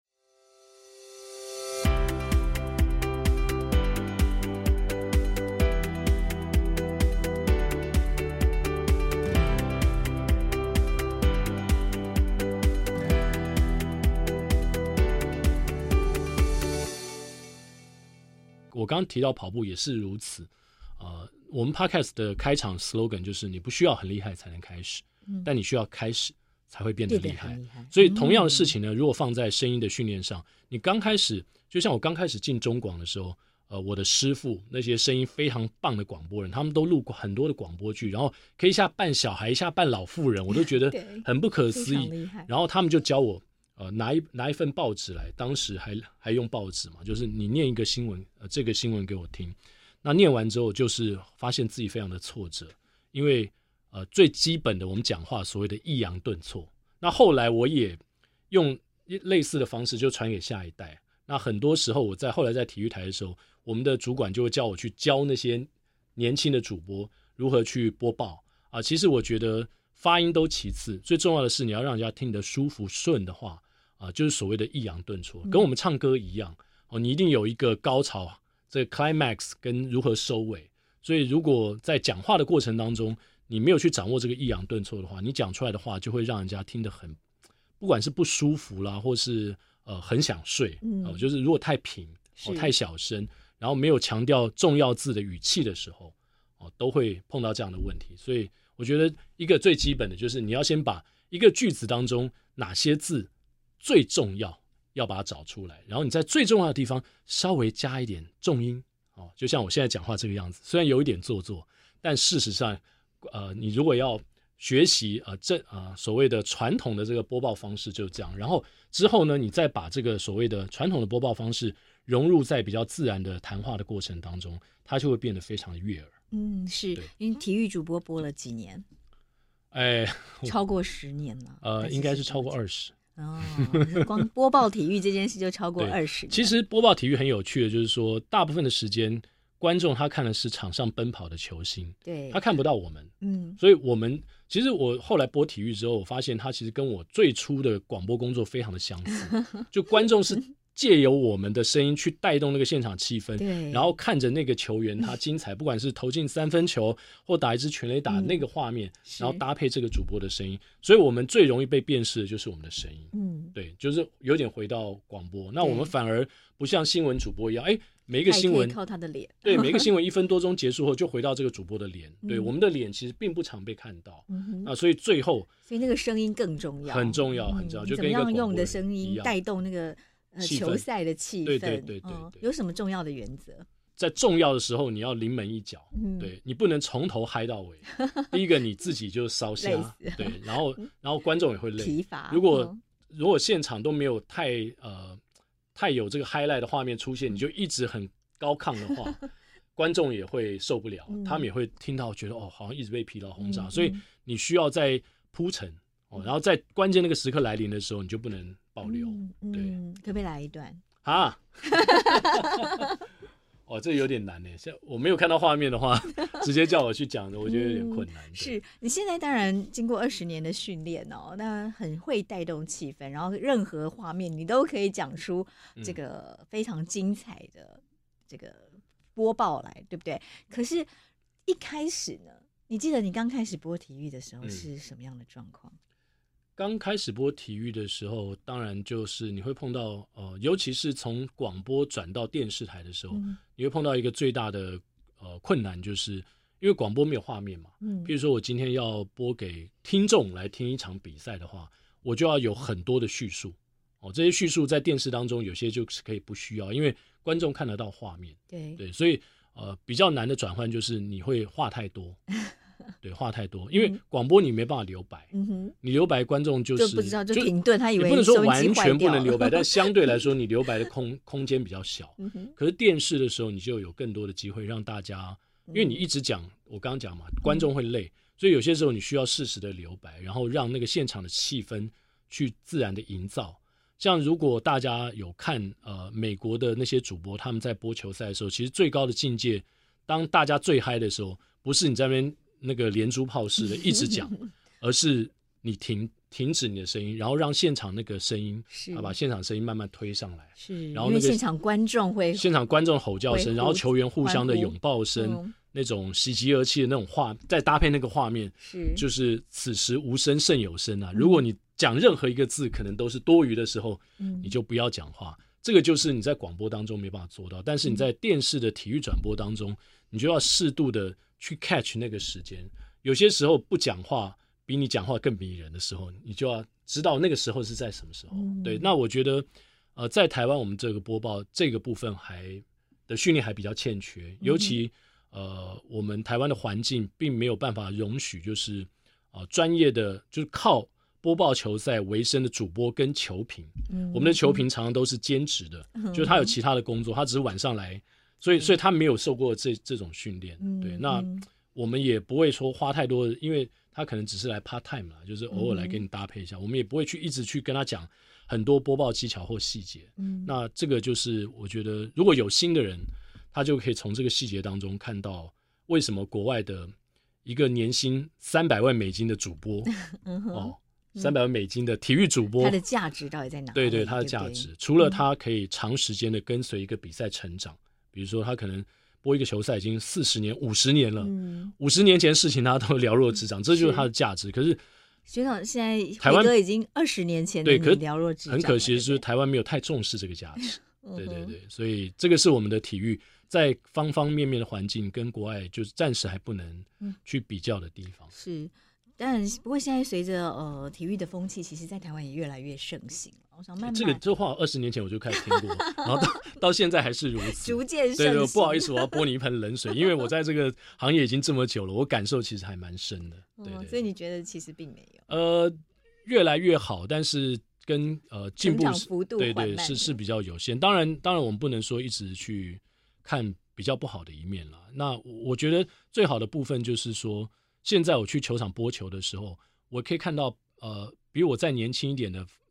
A: 我刚刚提到跑步也是如此，呃，我们 podcast 的开场 slogan 就是你不需要很厉害才能开始，嗯、但你需要开始才会变得厉害。厉害所以同样的事情呢，嗯、如果放在声音的训练上，你刚开始就像我刚开始进中广的时候，呃，我的师傅那些声音非常棒的广播人，他们都录过很多的广播剧，然后可以一下扮小孩，一下扮老妇人，我都觉得很不可思议。然后他们就教我。呃，拿一拿一份报纸来，当时还还用报纸嘛，就是你念一个新闻，呃，这个新闻给我听。那念完之后，就是发现自己非常的挫折，因为呃最基本的我们讲话所谓的抑扬顿挫。那后来我也用类似的方式就传给下一代。那很多时候我在后来在体育台的时候，我们的主管就会叫我去教那些年轻的主播如何去播报啊。其实我觉得发音都其次，最重要的是你要让人家听得舒服顺的话。啊，就是所谓的抑扬顿挫，跟我们唱歌一样哦，你一定有一个高潮，这个 climax 跟如何收尾。所以，如果在讲话的过程当中，你没有去掌握这个抑扬顿挫的话，你讲出来的话就会让人家听得很，不管是不舒服啦，或是呃很想睡，嗯、呃，就是如果太平哦太小声，然后没有强调重要字的语气的时候，哦，都会碰到这样的问题。所以，我觉得一个最基本的就是你要先把一个句子当中哪些字最重要要把它找出来，然后你在最重要的地方稍微加一点重音，哦，就像我现在讲话这个样子，虽然有一点做作，但事实上，呃，你如果要学习呃这呃所谓的传统的这个播报方式就是这样，然后之后呢，你再把这个所谓的传统的播报方式融入在比较自然的谈话的过程当中，它就会变得非常的悦耳。
B: 嗯，是因为体育主播播了几年？
A: 哎，
B: 超过十年了。
A: 呃，应该是超过二十。
B: 哦，光播报体育这件事就超过二十年。
A: 其实播报体育很有趣的，就是说大部分的时间，观众他看的是场上奔跑的球星，
B: 对，
A: 他看不到我们。
B: 嗯，
A: 所以我们其实我后来播体育之后，我发现他其实跟我最初的广播工作非常的相似，就观众是借由我们的声音去带动那个现场气氛，
B: 对，
A: 然后看着那个球员他精彩，不管是投进三分球或打一支全垒打、
B: 嗯、
A: 那个画面，然后搭配这个主播的声音，所以我们最容易被辨识的就是我们的声音。嗯，对，就是有点回到广播，那我们反而不像新闻主播一样，哎，每一个新闻
B: 靠他的脸，
A: 对，每个新闻一分多钟结束后就回到这个主播的脸，对，我们的脸其实并不常被看到，嗯、啊，所以最后，
B: 所以那个声音更重要，
A: 很重要，很重要，
B: 嗯、
A: 就跟一个
B: 怎么样用的声音带动那个。呃，球赛的气氛，
A: 对对对 对, 对、
B: 哦，有什么重要的原则？
A: 在重要的时候，你要临门一脚，嗯、对你不能从头嗨到尾。第一个你自己就烧瞎，对，然后然后观众也会累，
B: 疲乏。
A: 如果、嗯、如果现场都没有太呃太有这个 highlight 的画面出现，你就一直很高亢的话，观众也会受不了，嗯、他们也会听到觉得哦，好像一直被疲劳轰炸，嗯、所以你需要在铺陈。哦，然后在关键那个时刻来临的时候，你就不能保留。嗯、对、
B: 嗯，可不可以来一段
A: 啊？哦，这有点难呢。像我没有看到画面的话，直接叫我去讲的，我觉得有点困难。嗯、
B: 是你现在当然经过二十年的训练哦，那很会带动气氛，然后任何画面你都可以讲出这个非常精彩的这个播报来，对不对？可是，一开始呢，你记得你刚开始播体育的时候是什么样的状况？嗯
A: 刚开始播体育的时候，当然就是你会碰到呃，尤其是从广播转到电视台的时候，嗯、你会碰到一个最大的呃困难，就是因为广播没有画面嘛。嗯，比如说我今天要播给听众来听一场比赛的话，我就要有很多的叙述哦。这些叙述在电视当中有些就是可以不需要，因为观众看得到画面。
B: 对对，
A: 所以呃比较难的转换就是你会话太多。对，话太多，因为广播你没办法留白，嗯哼，你留白观众就是
B: 就不知道就停顿，他以为
A: 你不能说完全不能留白，但相对来说你留白的空空间比较小。嗯哼，可是电视的时候你就有更多的机会让大家，因为你一直讲，我刚刚讲嘛，观众会累，所以有些时候你需要适时的留白，然后让那个现场的气氛去自然的营造。像如果大家有看呃美国的那些主播，他们在播球赛的时候，其实最高的境界，当大家最嗨的时候，不是你在那边那个连珠炮似的一直讲，而是你停停止你的声音，然后让现场那个声音，啊，把现场声音慢慢推上来。
B: 是，
A: 然后、那个、
B: 因为现场观众会，
A: 现场观众吼叫声，然后球员互相的拥抱声，嗯、那种喜极而泣的那种画，再搭配那个画面，
B: 是，
A: 就是此时无声胜有声啊！嗯、如果你讲任何一个字可能都是多余的时候，嗯、你就不要讲话。这个就是你在广播当中没办法做到，但是你在电视的体育转播当中，你就要适度的去 catch 那个时间。有些时候不讲话比你讲话更迷人的时候，你就要知道那个时候是在什么时候。嗯、对，那我觉得呃，在台湾我们这个播报这个部分还的训练还比较欠缺，尤其呃我们台湾的环境并没有办法容许就是呃专业的就是靠播报球赛为生的主播跟球评。嗯、我们的球评常常都是兼职的，嗯、就是他有其他的工作，他只是晚上来，所以所以他没有受过这这种训练。嗯、对，那我们也不会说花太多的，因为他可能只是来 part time 啦，就是偶尔来给你搭配一下，嗯、我们也不会去一直去跟他讲很多播报技巧或细节。嗯、那这个就是我觉得如果有心的人，他就可以从这个细节当中看到为什么国外的一个年薪三百万美金的主播，嗯、哦。三百万美金的体育主播，
B: 它的价值到底在哪里？
A: 对对，它的价值，对对除了他可以长时间的跟随一个比赛成长，嗯、比如说他可能播一个球赛已经四十年、五十年了，五十、嗯、年前事情他都了若指掌，这就是他的价值。可是
B: 学长现在台湾已经二十年前的你了若指掌，
A: 很可惜的是台湾没有太重视这个价值。对对对，所以这个是我们的体育在方方面面的环境跟国外就是暂时还不能去比较的地方。
B: 嗯、是。但不过现在随着呃体育的风气，其实在台湾也越来越盛行了。我想慢慢
A: 这个这话二十年前我就开始听过，然后到到现在还是如此，
B: 逐渐盛行。
A: 对对，不好意思，我要泼你一盆冷水，因为我在这个行业已经这么久了，我感受其实还蛮深的。对 对, 对、哦，
B: 所以你觉得其实并没有？
A: 呃，越来越好，但是跟呃进步
B: 幅度
A: 对对是是比较有限。当然当然我们不能说一直去看比较不好的一面了。那我觉得最好的部分就是说，现在我去球场播球的时候。我可以看到，呃，比我再年轻一点的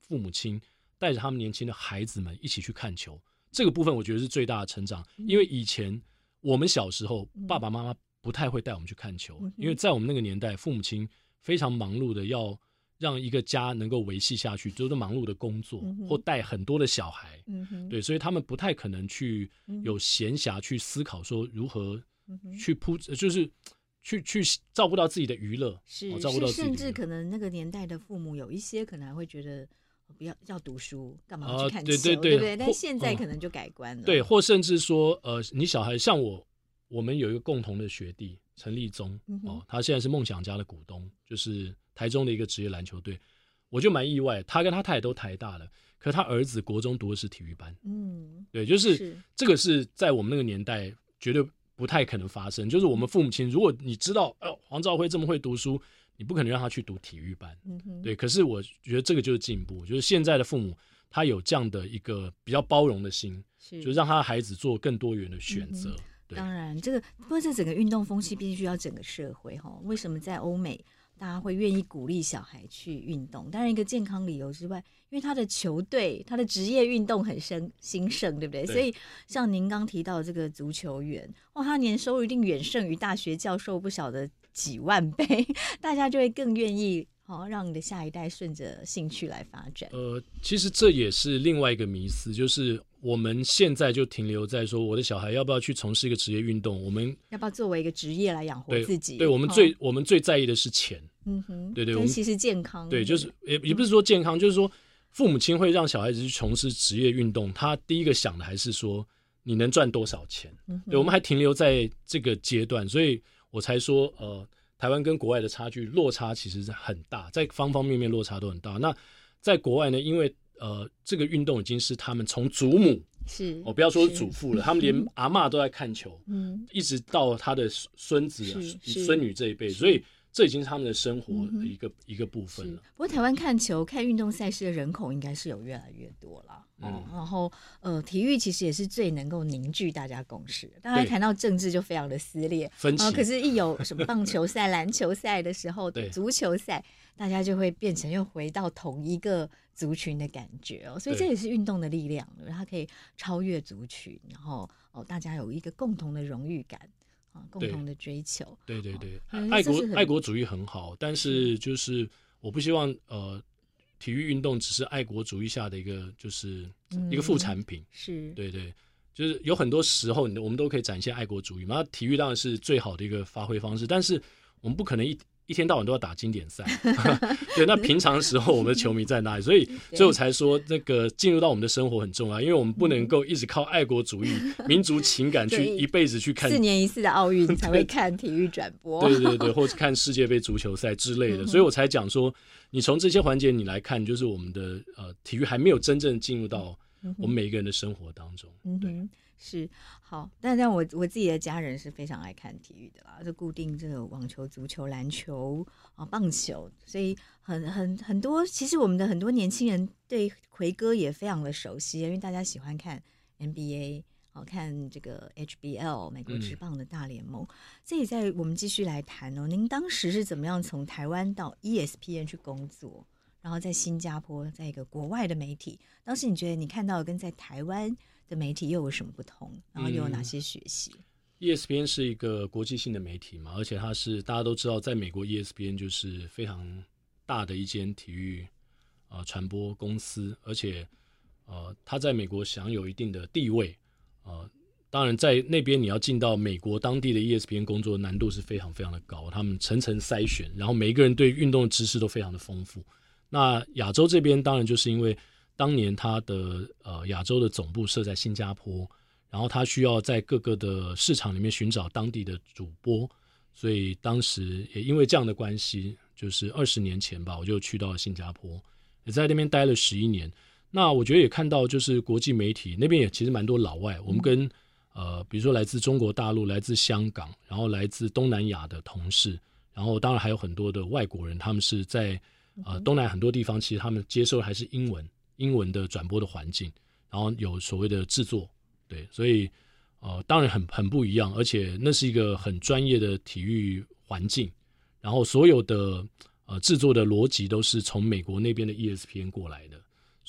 A: 父母亲带着他们年轻的孩子们一起去看球，这个部分我觉得是最大的成长。因为以前我们小时候爸爸妈妈不太会带我们去看球，因为在我们那个年代父母亲非常忙碌的要让一个家能够维系下去，就是忙碌的工作、嗯、或带很多的小孩、嗯、对，所以他们不太可能去有闲暇去思考说如何去铺，就是去去照顾到自己的娱乐，
B: 是、
A: 哦、照顾到自己的娱乐，
B: 甚至可能那个年代的父母有一些可能还会觉得不要要读书，干嘛去看球、呃、对对 对, 对不对？但现在可能就改观了、嗯、
A: 对，或甚至说呃，你小孩像我我们有一个共同的学弟陈立宗、嗯哦、他现在是梦想家的股东，就是台中的一个职业篮球队，我就蛮意外，他跟他太太都台大了，可他儿子国中读的是体育班，嗯，对，就是, 是这个是在我们那个年代绝对不太可能发生，就是我们父母亲，如果你知道、呃、黄兆辉这么会读书，你不可能让他去读体育班、嗯、对，可是我觉得这个就是进步，就是现在的父母他有这样的一个比较包容的心，就让他的孩子做更多元的选择、嗯、
B: 当然这个不过这整个运动风气必须要整个社会，为什么在欧美大家会愿意鼓励小孩去运动？当然一个健康理由之外，因为他的球队他的职业运动很兴兴盛，对不对？对，所以像您刚提到的这个足球员，哇，他年收入一定远胜于大学教授不晓得几万倍，大家就会更愿意、哦、让你的下一代顺着兴趣来发展。
A: 呃，其实这也是另外一个迷思，就是我们现在就停留在说我的小孩要不要去从事一个职业运动，我们
B: 要不要作为一个职业来养活自己？
A: 对，对我们最、哦、我们最在意的是钱，
B: 嗯哼，
A: 对对，
B: 跟其实健康，
A: 对，就是也也不是说健康、嗯，就是说父母亲会让小孩子去从事职业运动，他第一个想的还是说你能赚多少钱、嗯、对，我们还停留在这个阶段，所以我才说呃，台湾跟国外的差距落差其实是很大，在方方面面落差都很大。那在国外呢，因为呃这个运动已经是他们从祖母
B: 是
A: 我、哦、不要说是祖父了，他们连阿嬷都在看球，嗯，一直到他的孙子、孙女这一辈，所以这已经是他们的生活的一个、嗯、一个部分了。
B: 不过台湾看球看运动赛事的人口应该是有越来越多了、嗯、然后呃，体育其实也是最能够凝聚大家共识的。大家谈到政治就非常的撕裂
A: 分歧、呃、
B: 可是一有什么棒球赛篮球赛的时候足球赛大家就会变成又回到同一个族群的感觉哦，所以这也是运动的力量，它可以超越族群，然后哦，大家有一个共同的荣誉感啊，共同的追求。
A: 对对对，哦、爱国爱国主义很好，但是就是我不希望呃，体育运动只是爱国主义下的一个就是一个副产品。嗯、是，对对，就是有很多时候我们都可以展现爱国主义嘛，体育当然是最好的一个发挥方式，但是我们不可能一。一天到晚都要打经典赛对，那平常的时候我们的球迷在哪里？所以所以我才说那个进入到我们的生活很重要，因为我们不能够一直靠爱国主义、嗯、民族情感去一辈子去看
B: 四年一次的奥运才会看体育转播
A: 对对对，或者看世界杯足球赛之类的、嗯、所以我才讲说你从这些环节你来看，就是我们的呃体育还没有真正进入到我们每一个人的生活当中、嗯、对，
B: 是好，但但我我自己的家人是非常爱看体育的啦，就固定这个网球、足球、篮球啊、棒球，所以很很很多，其实我们的很多年轻人对魁哥也非常的熟悉，因为大家喜欢看 N B A， 哦，看这个 H B L 美国职棒的大联盟。这里在我们继续来谈哦，您当时是怎么样从台湾到 E S P N 去工作？然后在新加坡，在一个国外的媒体，当时你觉得你看到的跟在台湾的媒体又有什么不同？然后又有哪些学习、嗯、
A: E S P N 是一个国际性的媒体嘛，而且它是大家都知道，在美国 E S P N 就是非常大的一间体育呃传播公司，而且呃它在美国享有一定的地位。呃，当然在那边你要进到美国当地的 E S P N 工作难度是非常非常的高，他们层层筛选，然后每一个人对运动的知识都非常的丰富。那亚洲这边当然就是因为当年他的呃亚洲的总部设在新加坡，然后他需要在各个的市场里面寻找当地的主播，所以当时也因为这样的关系，就是二十年前吧，我就去到了新加坡，也在那边待了十一年。那我觉得也看到就是国际媒体那边也其实蛮多老外，我们跟、嗯、呃比如说来自中国大陆、来自香港，然后来自东南亚的同事，然后当然还有很多的外国人，他们是在呃，东南很多地方其实他们接受的还是英文英文的转播的环境，然后有所谓的制作，对，所以呃，当然很很不一样，而且那是一个很专业的体育环境，然后所有的呃制作的逻辑都是从美国那边的 E S P N 过来的，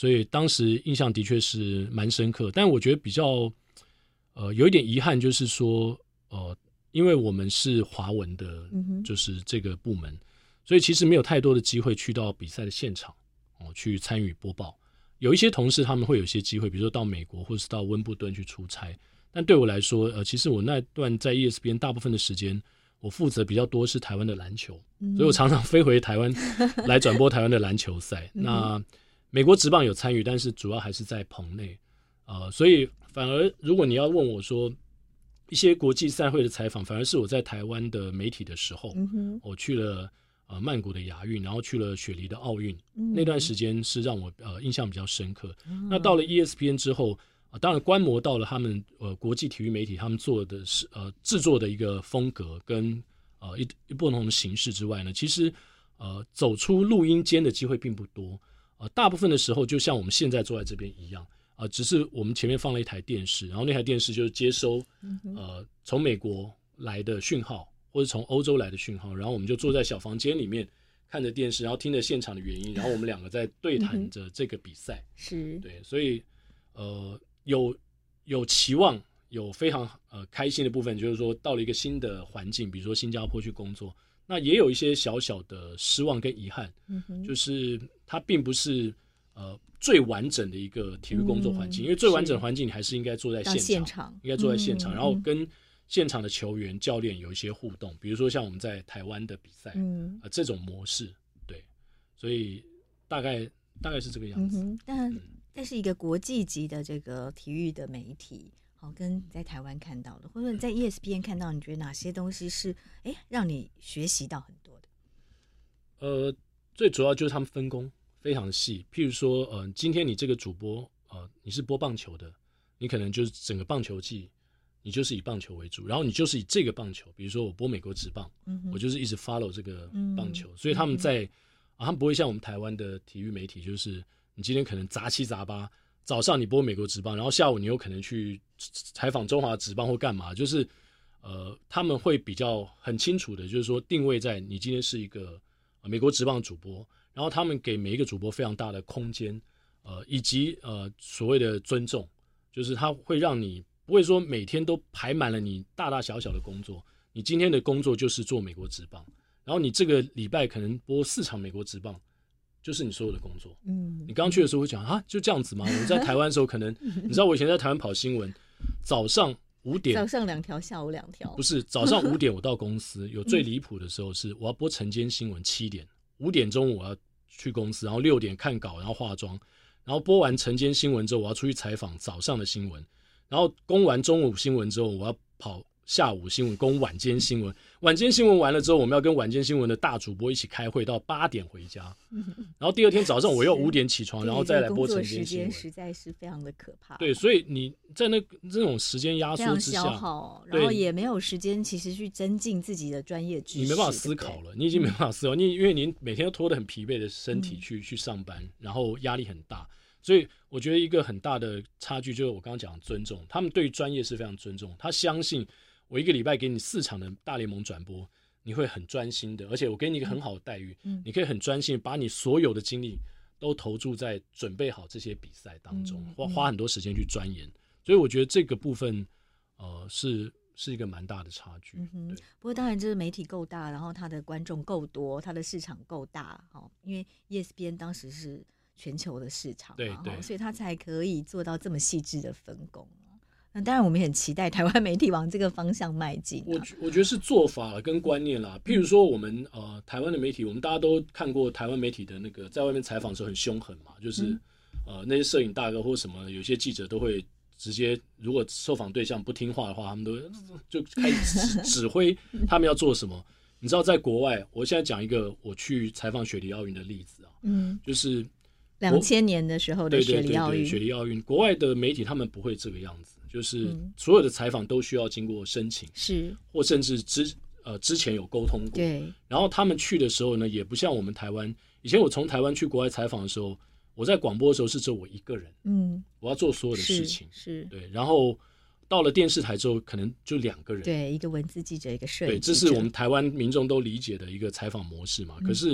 A: 所以当时印象的确是蛮深刻。但我觉得比较呃有一点遗憾，就是说呃，因为我们是华文的，就是这个部门，嗯、所以其实没有太多的机会去到比赛的现场哦，去参与播报。有一些同事他们会有一些机会，比如说到美国或是到温布顿去出差。但对我来说，呃，其实我那段在 E S P N 大部分的时间，我负责比较多是台湾的篮球，嗯、所以我常常飞回台湾来转播台湾的篮球赛。嗯、那美国职棒有参与，但是主要还是在棚内，呃，所以反而如果你要问我说一些国际赛会的采访，反而是我在台湾的媒体的时候，嗯、我去了呃曼谷的亚运，然后去了雪梨的奥运，嗯、那段时间是让我呃印象比较深刻。嗯、那到了 E S P N 之后。啊、当然观摩到了他们呃国际体育媒体他们做的是呃制作的一个风格跟呃一一不同的形式之外呢，其实呃走出录音间的机会并不多，呃大部分的时候就像我们现在坐在这边一样，呃只是我们前面放了一台电视，然后那台电视就是接收呃从美国来的讯号或者从欧洲来的讯号，然后我们就坐在小房间里面看着电视，然后听着现场的原因，然后我们两个在对谈着这个比赛，
B: 是
A: 对，所以呃。有有期望，有非常呃开心的部分，就是说到了一个新的环境，比如说新加坡去工作，那也有一些小小的失望跟遗憾，嗯、就是它并不是呃最完整的一个体育工作环境，嗯、因为最完整的环境你还是应该坐在现场，
B: 现场
A: 应该坐在现场，嗯、然后跟现场的球员、教练有一些互动，比如说像我们在台湾的比赛，嗯呃、这种模式，对，所以大概大概是这个样子，
B: 嗯、但。嗯但是一个国际级的这个体育的媒体，好，跟你在台湾看到的，或者你在 E S P N 看到，你觉得哪些东西是哎让你学习到很多的？
A: 呃，最主要就是他们分工非常细。譬如说，呃，今天你这个主播，呃，你是播棒球的，你可能就是整个棒球季，你就是以棒球为主，然后你就是以这个棒球，比如说我播美国职棒，嗯、我就是一直 follow 这个棒球，嗯、所以他们在、啊，他们不会像我们台湾的体育媒体，就是。你今天可能杂七杂八，早上你播美国职棒，然后下午你有可能去采访中华职棒或干嘛，就是呃他们会比较很清楚的，就是说定位在你今天是一个、呃、美国职棒主播，然后他们给每一个主播非常大的空间，呃以及呃所谓的尊重，就是他会让你不会说每天都排满了你大大小小的工作，你今天的工作就是做美国职棒，然后你这个礼拜可能播四场美国职棒。就是你所有的工作，嗯，你刚去的时候会讲啊，就这样子吗？我在台湾的时候，可能你知道，我以前在台湾跑新闻，早上五点，
B: 早上两条，下午两条，
A: 不是早上五点我到公司，有最离谱的时候是我要播晨间新闻七点，五点钟我要去公司，然后六点看稿，然后化妆，然后播完晨间新闻之后，我要出去采访早上的新闻，然后攻完中午新闻之后，我要跑。下午新闻攻晚间新闻，晚间新闻完了之后，我们要跟晚间新闻的大主播一起开会，到八点回家。然后第二天早上我又五点起床，然后再来播晨间新闻，
B: 实在是非常的可怕。
A: 对，所以你在那这种时间压缩之下，
B: 消耗，然后也没有时间，其实去增进自己的专业知识，
A: 你没办法思考了，你已经没办法思考，你因为你每天都拖得很疲惫的身体去、嗯、去上班，然后压力很大。所以我觉得一个很大的差距就是我刚刚讲的尊重，他们对于专业是非常尊重，他相信。我一个礼拜给你四场的大联盟转播，你会很专心的，而且我给你一个很好的待遇，嗯、你可以很专心把你所有的精力都投注在准备好这些比赛当中，花、嗯、花很多时间去钻研，所以我觉得这个部分，呃，是是一个蛮大的差距。嗯、对
B: 不过当然，就是媒体够大，然后它的观众够多，它的市场够大，哦，因为 E S P N 当时是全球的市场，
A: 对对，
B: 所以它才可以做到这么细致的分工。那当然，我们也很期待台湾媒体往这个方向迈进、啊。
A: 我我觉得是做法跟观念啦。譬如说，我们呃台湾的媒体，我们大家都看过台湾媒体的那个在外面采访的时候很凶狠嘛，就是、嗯、呃那些摄影大哥或什么，有些记者都会直接，如果受访对象不听话的话，他们都就开始指挥他们要做什么。你知道，在国外，我现在讲一个我去采访雪梨奥运的例子啊，嗯，就是
B: 两千年的时候的雪梨奥运，
A: 对对对对，雪梨奥运，国外的媒体他们不会这个样子。就是所有的采访都需要经过申请，
B: 是
A: 或甚至之呃之前有沟通过。
B: 对，
A: 然后他们去的时候呢，也不像我们台湾。以前我从台湾去国外采访的时候，我在广播的时候是只有我一个人，嗯，我要做所有的事情，
B: 是, 是
A: 对。然后到了电视台之后，可能就两个人，
B: 对，一个文字记者，一个摄影记者。
A: 对，这是我们台湾民众都理解的一个采访模式嘛。嗯、可是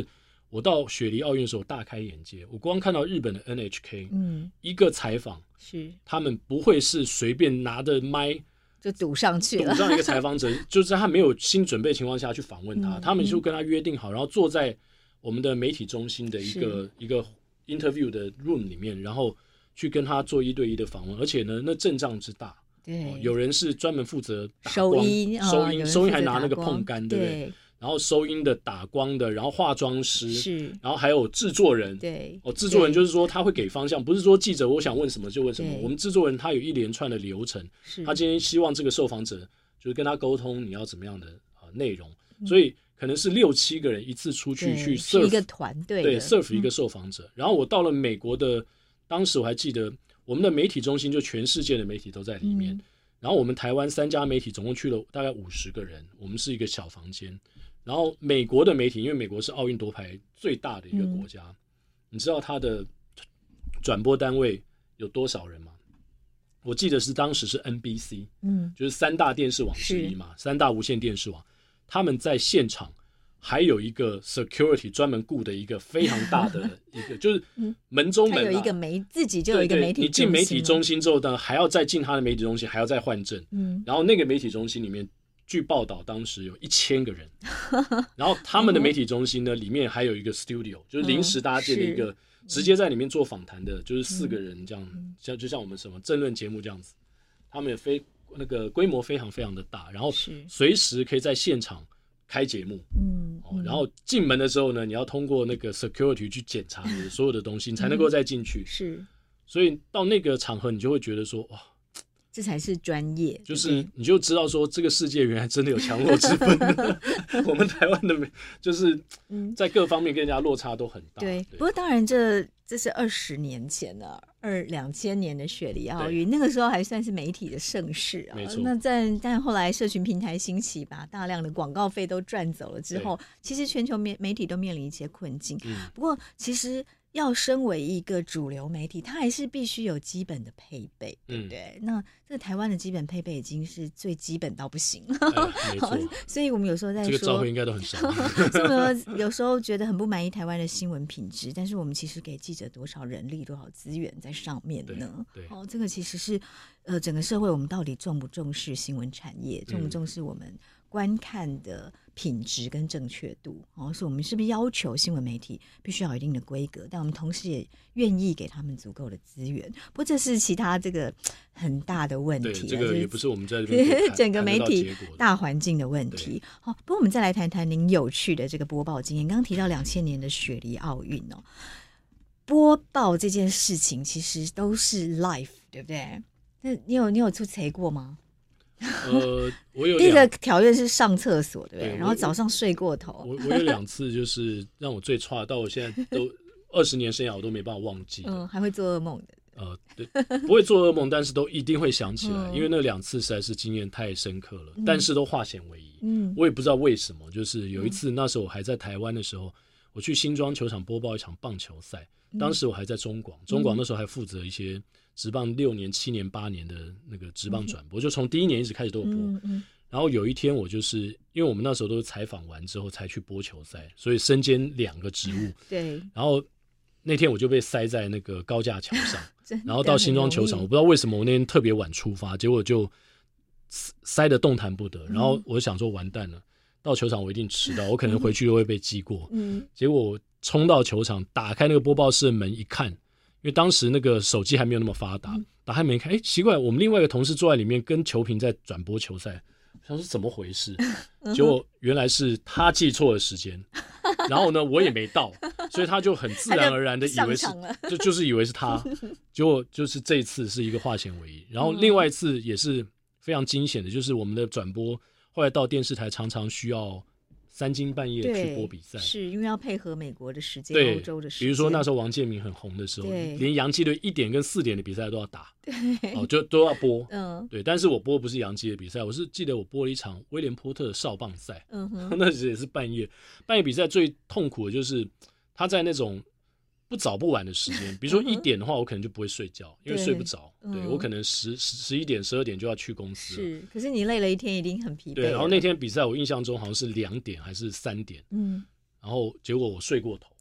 A: 我到雪梨奥运的时候大开眼界，我光看到日本的 N H K，
B: 嗯，
A: 一个采访
B: 是
A: 他们不会是随便拿着麦
B: 就堵上去了，
A: 堵上一个采访者，就是在他没有心准备情况下去访问他，
B: 嗯、
A: 他们就跟他约定好，然后坐在我们的媒体中心的一个一个 interview 的 room 里面，然后去跟他做一对一的访问，而且呢，那阵仗之大，
B: 对，
A: 哦、有人是专门负责打
B: 收音，
A: 收音，
B: 哦、
A: 收音还拿那个碰杆，对不对？
B: 对，
A: 然后收音的、打光的，然后化妆师，
B: 是，
A: 然后还有制作人，
B: 对，
A: 哦，制作人就是说他会给方向，不是说记者我想问什么就问什么。我们制作人他有一连串的流程，他今天希望这个受访者就是跟他沟通你要怎么样的呃内容，嗯、所以可能是六七个人一次出去去 serve
B: 一个团队，
A: 对 serve 一个受访者。嗯、然后我到了美国的，当时我还记得我们的媒体中心就全世界的媒体都在里面，嗯、然后我们台湾三家媒体总共去了大概五十个人，我们是一个小房间。然后美国的媒体，因为美国是奥运夺牌最大的一个国家，嗯、你知道它的转播单位有多少人吗？我记得是当时是 N B C， 嗯，就是三大电视网之一嘛，三大无线电视网，他们在现场还有一个 security 专门雇的一个非常大的一个，就是门中门、啊，
B: 有一个媒自己就有一个媒体中心，
A: 你进媒体中心之后呢，还要再进他的媒体中心，还要再换证，嗯，然后那个媒体中心里面。据报道，当时有一千个人，然后他们的媒体中心呢，里面还有一个 studio， 就是临时搭建的一个，直接在里面做访谈的，就是四个人这样，像就像我们什么政论节目这样子，他们也非那个规模非常非常的大，然后随时可以在现场开节目，嗯，哦，然后进门的时候呢，你要通过那个 security 去检查你的所有的东西，你才能够再进去，
B: 是，
A: 所以到那个场合，你就会觉得说，哇。
B: 这才是专业，
A: 就是你就知道说这个世界原来真的有强弱之分的。我们台湾的就是在各方面跟人家落差都很大。
B: 对，对不过当然这这是二十年前的二两千年的雪梨奥运，那个时候还算是媒体的盛世啊。
A: 没错。
B: 那在但后来社群平台兴起，把大量的广告费都赚走了之后，其实全球媒媒体都面临一些困境。嗯、不过其实。要身为一个主流媒体，它还是必须有基本的配备，对不对？嗯、那这个台湾的基本配备已经是最基本到不行了，
A: 哎、没错。
B: 所以我们有时候在说，
A: 这个照会应该都很少。
B: 所以我们有时候觉得很不满意台湾的新闻品质，但是我们其实给记者多少人力、多少资源在上面呢？
A: 对，对
B: 哦，这个其实是呃，整个社会我们到底重不重视新闻产业，重不重视我们观看的品质跟正确度，哦，所以我们是不是要求新闻媒体必须要有一定的规格，但我们同时也愿意给他们足够的资源。不过这是其他这个很大的问题，
A: 对，这个也不是我们在这边
B: 整个媒体大环境的问题。好，不过我们再来谈谈您有趣的这个播报经验。刚刚提到两千年的雪梨奥运哦，播报这件事情其实都是 live， 对不对？那你有你有出差过吗？
A: 呃，我有
B: 第一个条件是上厕所，对不对？
A: 对，
B: 然后早上睡过头。
A: 我我有两次就是让我最差，到我现在都二十年生涯我都没办法忘记。
B: 嗯，还会做噩梦的。
A: 呃，对，不会做噩梦，但是都一定会想起来，嗯、因为那两次实在是经验太深刻了。嗯、但是都化险为夷。嗯，我也不知道为什么，就是有一次、嗯、那时候我还在台湾的时候，我去新庄球场播报一场棒球赛，嗯、当时我还在中广，中广那时候还负责一些。职棒六年、七年、八年的那个职棒转播，嗯、就从第一年一直开始都有播。嗯嗯、然后有一天，我就是因为我们那时候都是采访完之后才去播球赛，所以身兼两个职务。
B: 对。
A: 然后那天我就被塞在那个高架桥上，然后到新庄球场，我不知道为什么我那天特别晚出发，结果就塞得动弹不得。然后我就想说，完蛋了，到球场我一定迟到，我可能回去都会被记过。嗯。结果我冲到球场，打开那个播报室的门一看。因为当时那个手机还没有那么发达，嗯、打开门看，哎，奇怪，我们另外一个同事坐在里面跟球评在转播球赛，我想说怎么回事？嗯、结果原来是他记错了时间，然后呢我也没到，所以他就很自然而然的以为是，就就是以为是他，结果就是这一次是一个化险为夷。然后另外一次也是非常惊险的，就是我们的转播后来到电视台常常需要。三更半夜去播比赛，
B: 是因为要配合美国的时间、欧洲的时间。
A: 比如说那时候王建民很红的时候，连洋基队一点跟四点的比赛都要打，哦，就都要播。嗯，对。但是我播不是洋基的比赛，我是记得我播了一场威廉波特的少棒赛，嗯哼，那也是半夜。半夜比赛最痛苦的就是他在那种不早不晚的时间，比如说一点的话，我可能就不会睡觉，因为睡不着。对, 对、嗯、我可能十十一点、十二点就要去公司了。
B: 是，可是你累了一天，一定很疲惫。
A: 对，然后那天比赛我印象中好像是两点还是三点，嗯，然后结果我睡过头，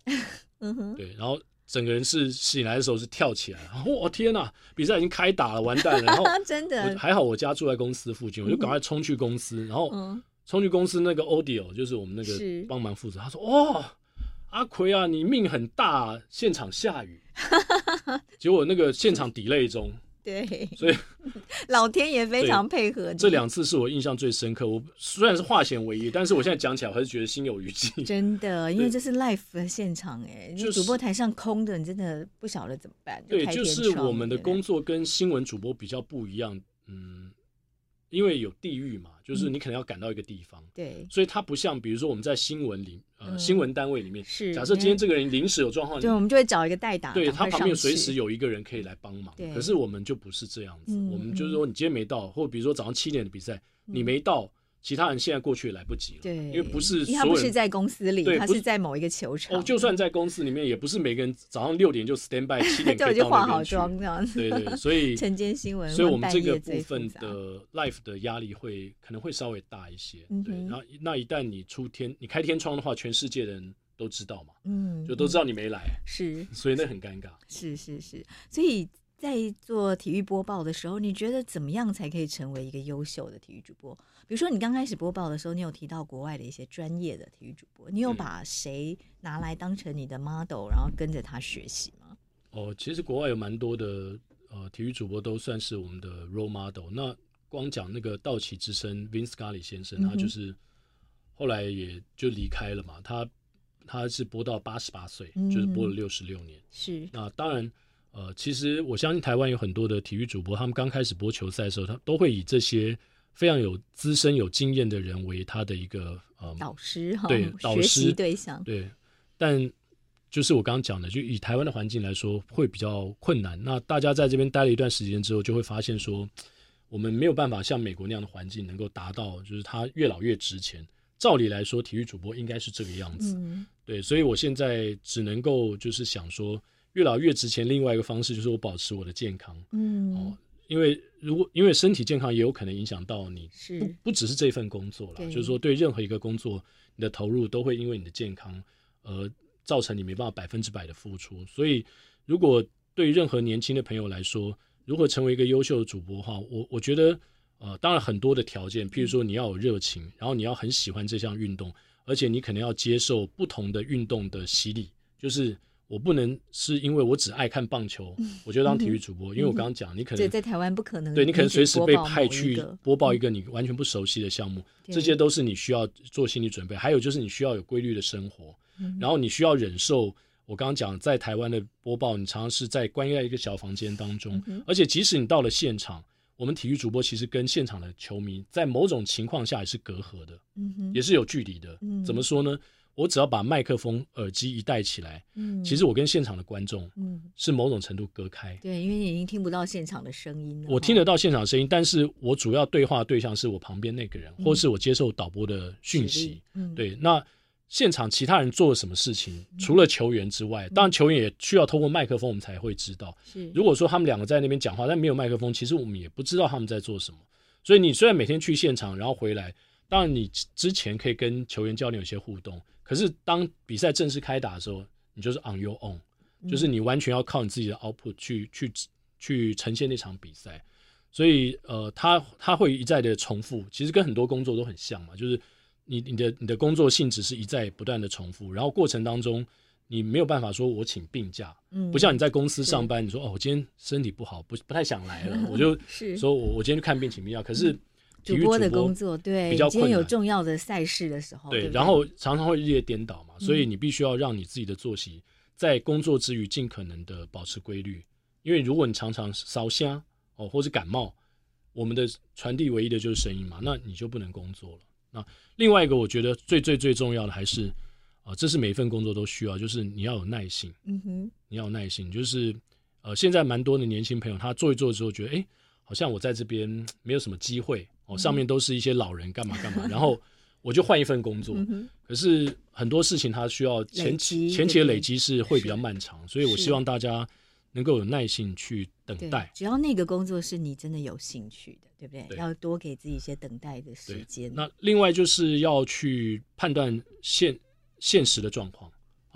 B: 嗯哼，
A: 对，然后整个人是醒来的时候是跳起来，哇天哪，比赛已经开打了，完蛋了。然后
B: 真的
A: 还好我家住在公司附近，我就赶快冲去公司，然后冲去公司那个 audio 就是我们那个帮忙负责，他说哦，阿奎啊，你命很大，现场下雨，结果那个现场 delay 中。
B: 对，
A: 所以
B: 老天爷非常配合你。
A: 这两次是我印象最深刻。我虽然是化险为夷，但是我现在讲起来，我还是觉得心有余悸。
B: 真的，因为这是 live 的现场哎、欸，就是主播台上空的，你真的不晓得怎么办。
A: 对，就是我们的工作跟新闻主播比较不一样，嗯，因为有地域嘛，就是你可能要赶到一个地方，
B: 对、嗯，
A: 所以它不像比如说我们在新闻里。呃，
B: 嗯、
A: 新闻单位里面，
B: 是
A: 假设今天这个人临时有状况，
B: 对，我们就会找一个代打，
A: 对他旁边随时有一个人可以来帮忙。可是我们就不是这样子，
B: 嗯、
A: 我们就是说，你今天没到，或比如说早上七点的比赛，嗯、你没到，其他人现在过去也来不及了。
B: 对，
A: 因为不是所有人，
B: 因为他不是在公司里，他是在某一个球场。
A: 哦，就算在公司里面，也不是每个人早上六点就 stand by， 七点可以到那边去。
B: 就化好妆这样子。
A: 对对，所以
B: 晨间新闻，
A: 所以我们这个部分的 life 的压力会可能会稍微大一些。
B: 嗯、
A: 对，然后那一旦你出天，你开天窗的话，全世界的人都知道嘛，
B: 嗯，
A: 就都知道你没来，
B: 是，
A: 所以那很尴尬。
B: 是是是，所以在做体育播报的时候，你觉得怎么样才可以成为一个优秀的体育主播？比如说你刚开始播报的时候，你有提到国外的一些专业的体育主播，你有把谁拿来当成你的 model， 然后跟着他学习吗？
A: 哦，其实国外有蛮多的呃体育主播都算是我们的 role model。那光讲那个道奇之声 Vince Scully 先生，他就是后来也就离开了嘛，他。他是播到八十八岁，就是播了六十六年。
B: 是，
A: 那当然，呃，其实我相信台湾有很多的体育主播，他们刚开始播球赛的时候，他都会以这些非常有资深、有经验的人为他的一个呃
B: 导师，
A: 对，导师
B: 学习对象。
A: 对，但就是我刚刚讲的，就以台湾的环境来说，会比较困难。那大家在这边待了一段时间之后，就会发现说，我们没有办法像美国那样的环境能够达到，就是他越老越值钱。照理来说，体育主播应该是这个样子，嗯、对，所以我现在只能够就是想说，越老越值钱。另外一个方式就是我保持我的健康，嗯，哦，因为如果因为身体健康也有可能影响到你，不不只是这份工作啦，就是说对任何一个工作，你的投入都会因为你的健康而造成你没办法百分之百的付出。所以，如果对任何年轻的朋友来说，如何成为一个优秀的主播的话，我我觉得。呃，当然很多的条件，譬如说你要有热情，然后你要很喜欢这项运动，而且你可能要接受不同的运动的洗礼。就是我不能是因为我只爱看棒球，嗯、我就当体育主播，嗯、因为我刚刚讲，你可能
B: 对在台湾不可能，
A: 对你可能随时被派去播报一个你完全不熟悉的项目，这些都是你需要做心理准备。还有就是你需要有规律的生活，嗯、然后你需要忍受。我刚刚讲，在台湾的播报，你常常是在关在一个小房间当中，嗯、而且即使你到了现场。我们体育主播其实跟现场的球迷在某种情况下也是隔阂的，嗯、也是有距离的。嗯、怎么说呢？我只要把麦克风、耳机一戴起来，嗯、其实我跟现场的观众是某种程度隔开。
B: 对，因为你已经听不到现场的声音了。
A: 我听得到现场的声音，但是我主要对话对象是我旁边那个人，嗯、或是我接受导播的讯息。嗯、对，那现场其他人做了什么事情，嗯、除了球员之外，当然球员也需要透过麦克风我们才会知道。是，如果说他们两个在那边讲话，但没有麦克风，其实我们也不知道他们在做什么。所以你虽然每天去现场，然后回来，当然你之前可以跟球员教练有些互动，可是当比赛正式开打的时候，你就是 on your own，嗯、就是你完全要靠你自己的 output 去去去呈现那场比赛。所以呃，他他会一再的重复，其实跟很多工作都很像嘛，就是。你你的你的工作性质是一再不断的重复，然后过程当中你没有办法说我请病假，嗯、不像你在公司上班，你说哦我今天身体不好，不不太想来了，我就说我我今天去看病请病假。可是体育主播
B: 的工作对比较困难，今天有重要的赛事的时候，
A: 对，
B: 对对
A: 然后常常会日夜颠倒嘛，所以你必须要让你自己的作息在工作之余尽可能的保持规律，因为如果你常常烧瞎哦或是感冒，我们的传递唯一的就是声音嘛，那你就不能工作了。那另外一个我觉得最最最重要的还是啊、呃，这是每一份工作都需要，就是你要有耐性。嗯哼，你要有耐性，就是呃，现在蛮多的年轻朋友，他做一做之后觉得，哎，好像我在这边没有什么机会哦，上面都是一些老人干嘛干嘛，然后我就换一份工作。嗯、可是很多事情它需要前期前期的累积是会比较漫长，所以我希望大家能够有耐性去等待。
B: 只要那个工作是你真的有兴趣的。对不对？对，要多给自己一些等待的时间。
A: 那另外就是要去判断现现实的状况，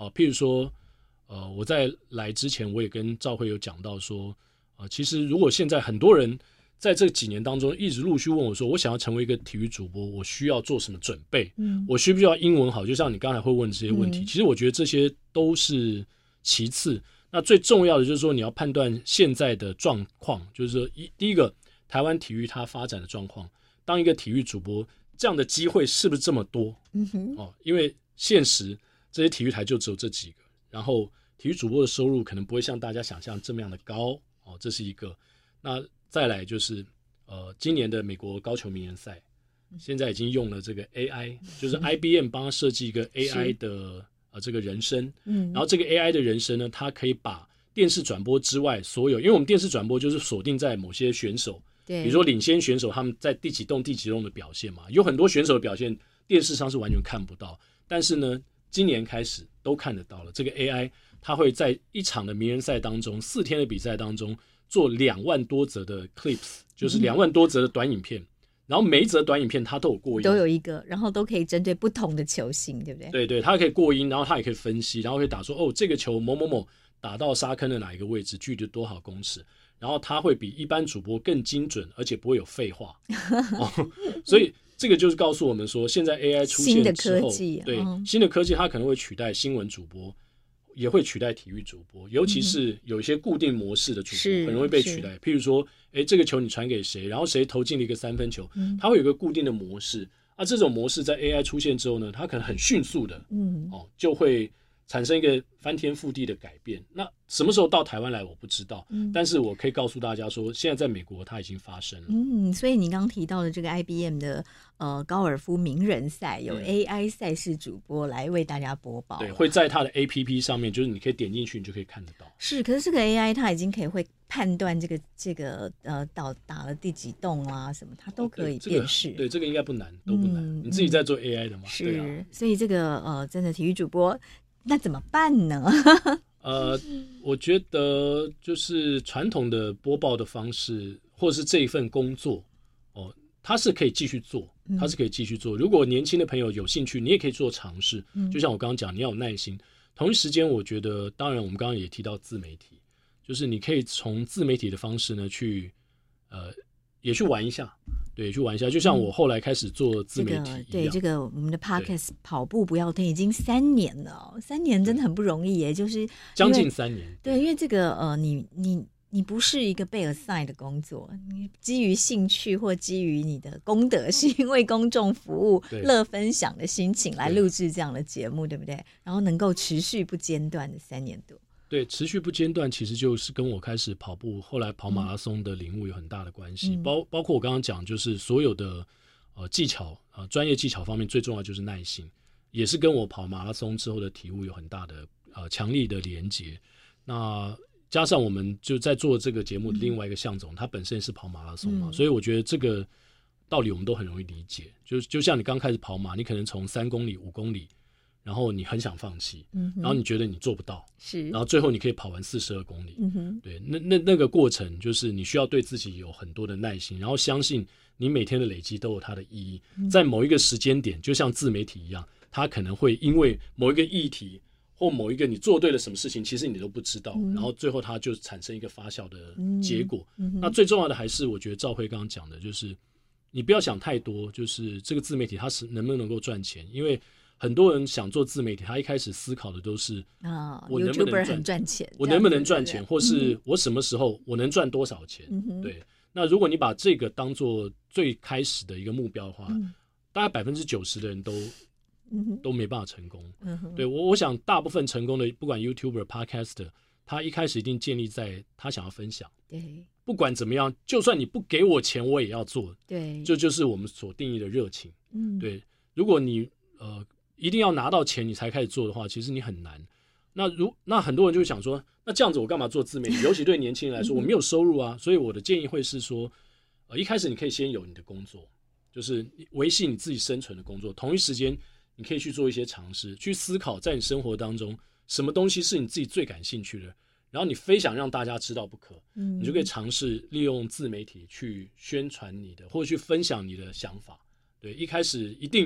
A: 哦，譬如说，呃，我在来之前我也跟兆辉有讲到说，呃，其实如果现在很多人在这几年当中一直陆续问我说，我想要成为一个体育主播，我需要做什么准备？嗯，我需不需要英文好？就像你刚才会问这些问题，嗯、其实我觉得这些都是其次。那最重要的就是说，你要判断现在的状况，就是说，一第一个，台湾体育它发展的状况，当一个体育主播这样的机会是不是这么多？嗯哼，哦，因为现实这些体育台就只有这几个，然后体育主播的收入可能不会像大家想象这么样的高，哦，这是一个。那再来就是，呃，今年的美国高球名人赛，现在已经用了这个 A I， 就是 I B M 帮他设计一个 A I 的。呃，这个人声，嗯，然后这个 A I 的人声呢，它可以把电视转播之外所有，因为我们电视转播就是锁定在某些选手，对，比如说领先选手他们在第几洞、第几洞的表现嘛，有很多选手的表现电视上是完全看不到，但是呢，今年开始都看得到了。这个 A I 它会在一场的名人赛当中，四天的比赛当中做两万多则的 clips， 就是两万多则的短影片。嗯，然后每一则短影片它都有过音，
B: 都有一个，然后都可以针对不同的球星，对不对？
A: 对对，它可以过音，然后它也可以分析，然后可以打说，哦，这个球某某某打到沙坑的哪一个位置，距离多少公尺，然后它会比一般主播更精准，而且不会有废话。哦，所以这个就是告诉我们说，现在 A I 出现之后，新的科技，对，嗯，新的科技它可能会取代新闻主播。也会取代体育主播，尤其是有一些固定模式的主播很容易被取代。譬如说，哎，这个球你传给谁，然后谁投进了一个三分球，嗯，它会有一个固定的模式。啊，这种模式在 A I 出现之后呢，它可能很迅速的，嗯，哦，就会产生一个翻天覆地的改变。那什么时候到台湾来，我不知道，嗯，但是我可以告诉大家说，现在在美国它已经发生了。
B: 嗯，所以你刚刚提到的这个 I B M 的呃高尔夫名人赛，有 A I 赛事主播来为大家播报，
A: 对，会在它的 A P P 上面，就是你可以点进去，你就可以看得到。
B: 是，可是这个 A I 它已经可以会判断这个这个呃到打了第几洞啊什么，它都可以辨识。
A: 哦，对，这个，对，这个应该不难，都不难。嗯，你自己在做 A I 的嘛？
B: 是，
A: 对啊，
B: 所以这个呃真的体育主播那怎么办呢？
A: 呃，我觉得就是传统的播报的方式，或者是这一份工作，哦，它是可以继续做，它是可以继续做。如果年轻的朋友有兴趣，你也可以做尝试。就像我刚刚讲，你要有耐心。同一时间，我觉得，当然我们刚刚也提到自媒体，就是你可以从自媒体的方式呢，去呃也去玩一下。对，去玩一下，就像我后来开始做自媒体一样。
B: 这个、对，这个我们的 podcast 跑步不要停，已经三年了，哦，三年真的很不容易耶，就是
A: 将近三年。
B: 对，因为这个呃，你你你不是一个被 assign 的工作，你基于兴趣或基于你的公德心，为公众服务、乐分享的心情来录制这样的节目， 对, 对不对？然后能够持续不间断的三年多。
A: 对，持续不间断，其实就是跟我开始跑步，后来跑马拉松的领悟有很大的关系。嗯，包包括我刚刚讲，就是所有的呃技巧，呃专业技巧方面，最重要就是耐心，也是跟我跑马拉松之后的体悟有很大的呃强力的连结。那加上我们就在做这个节目的另外一个向总，嗯，他本身是跑马拉松嘛，嗯，所以我觉得这个道理我们都很容易理解。就就像你刚开始跑马，你可能从三公里、五公里。然后你很想放弃，嗯，然后你觉得你做不到，是，然后最后你可以跑完四十二公里，嗯哼，对，那那那个过程就是你需要对自己有很多的耐心，然后相信你每天的累积都有它的意义，嗯，在某一个时间点，就像自媒体一样，它可能会因为某一个议题或某一个你做对了什么事情，其实你都不知道，嗯，然后最后它就产生一个发酵的结果。嗯，那最重要的还是我觉得兆辉刚刚讲的，就是你不要想太多，就是这个自媒体它是能不能够赚钱，因为很多人想做自媒体，他一开始思考的都是啊，我能不能赚
B: 赚钱，
A: 我能不能赚钱，或是我什么时候我能赚多少钱？嗯，对。那如果你把这个当做最开始的一个目标的话，嗯，大概百分之九十的人都、嗯、都没办法成功。嗯，对，我我想大部分成功的，不管 YouTuber、Podcaster， 他一开始一定建立在他想要分享。对，不管怎么样，就算你不给我钱，我也要做。对，这就是我们所定义的热情。嗯，对。如果你呃。一定要拿到钱你才开始做的话，其实你很难。那如那很多人就会想说，那这样子我干嘛做自媒体？尤其对年轻人来说，我没有收入啊，所以我的建议会是说，呃，一开始你可以先有你的工作，就是维系你自己生存的工作。同一时间，你可以去做一些尝试，去思考在你生活当中什么东西是你自己最感兴趣的，然后你非想让大家知道不可，嗯，你就可以尝试利用自媒体去宣传你的，或者去分享你的想法。对，一开始一定。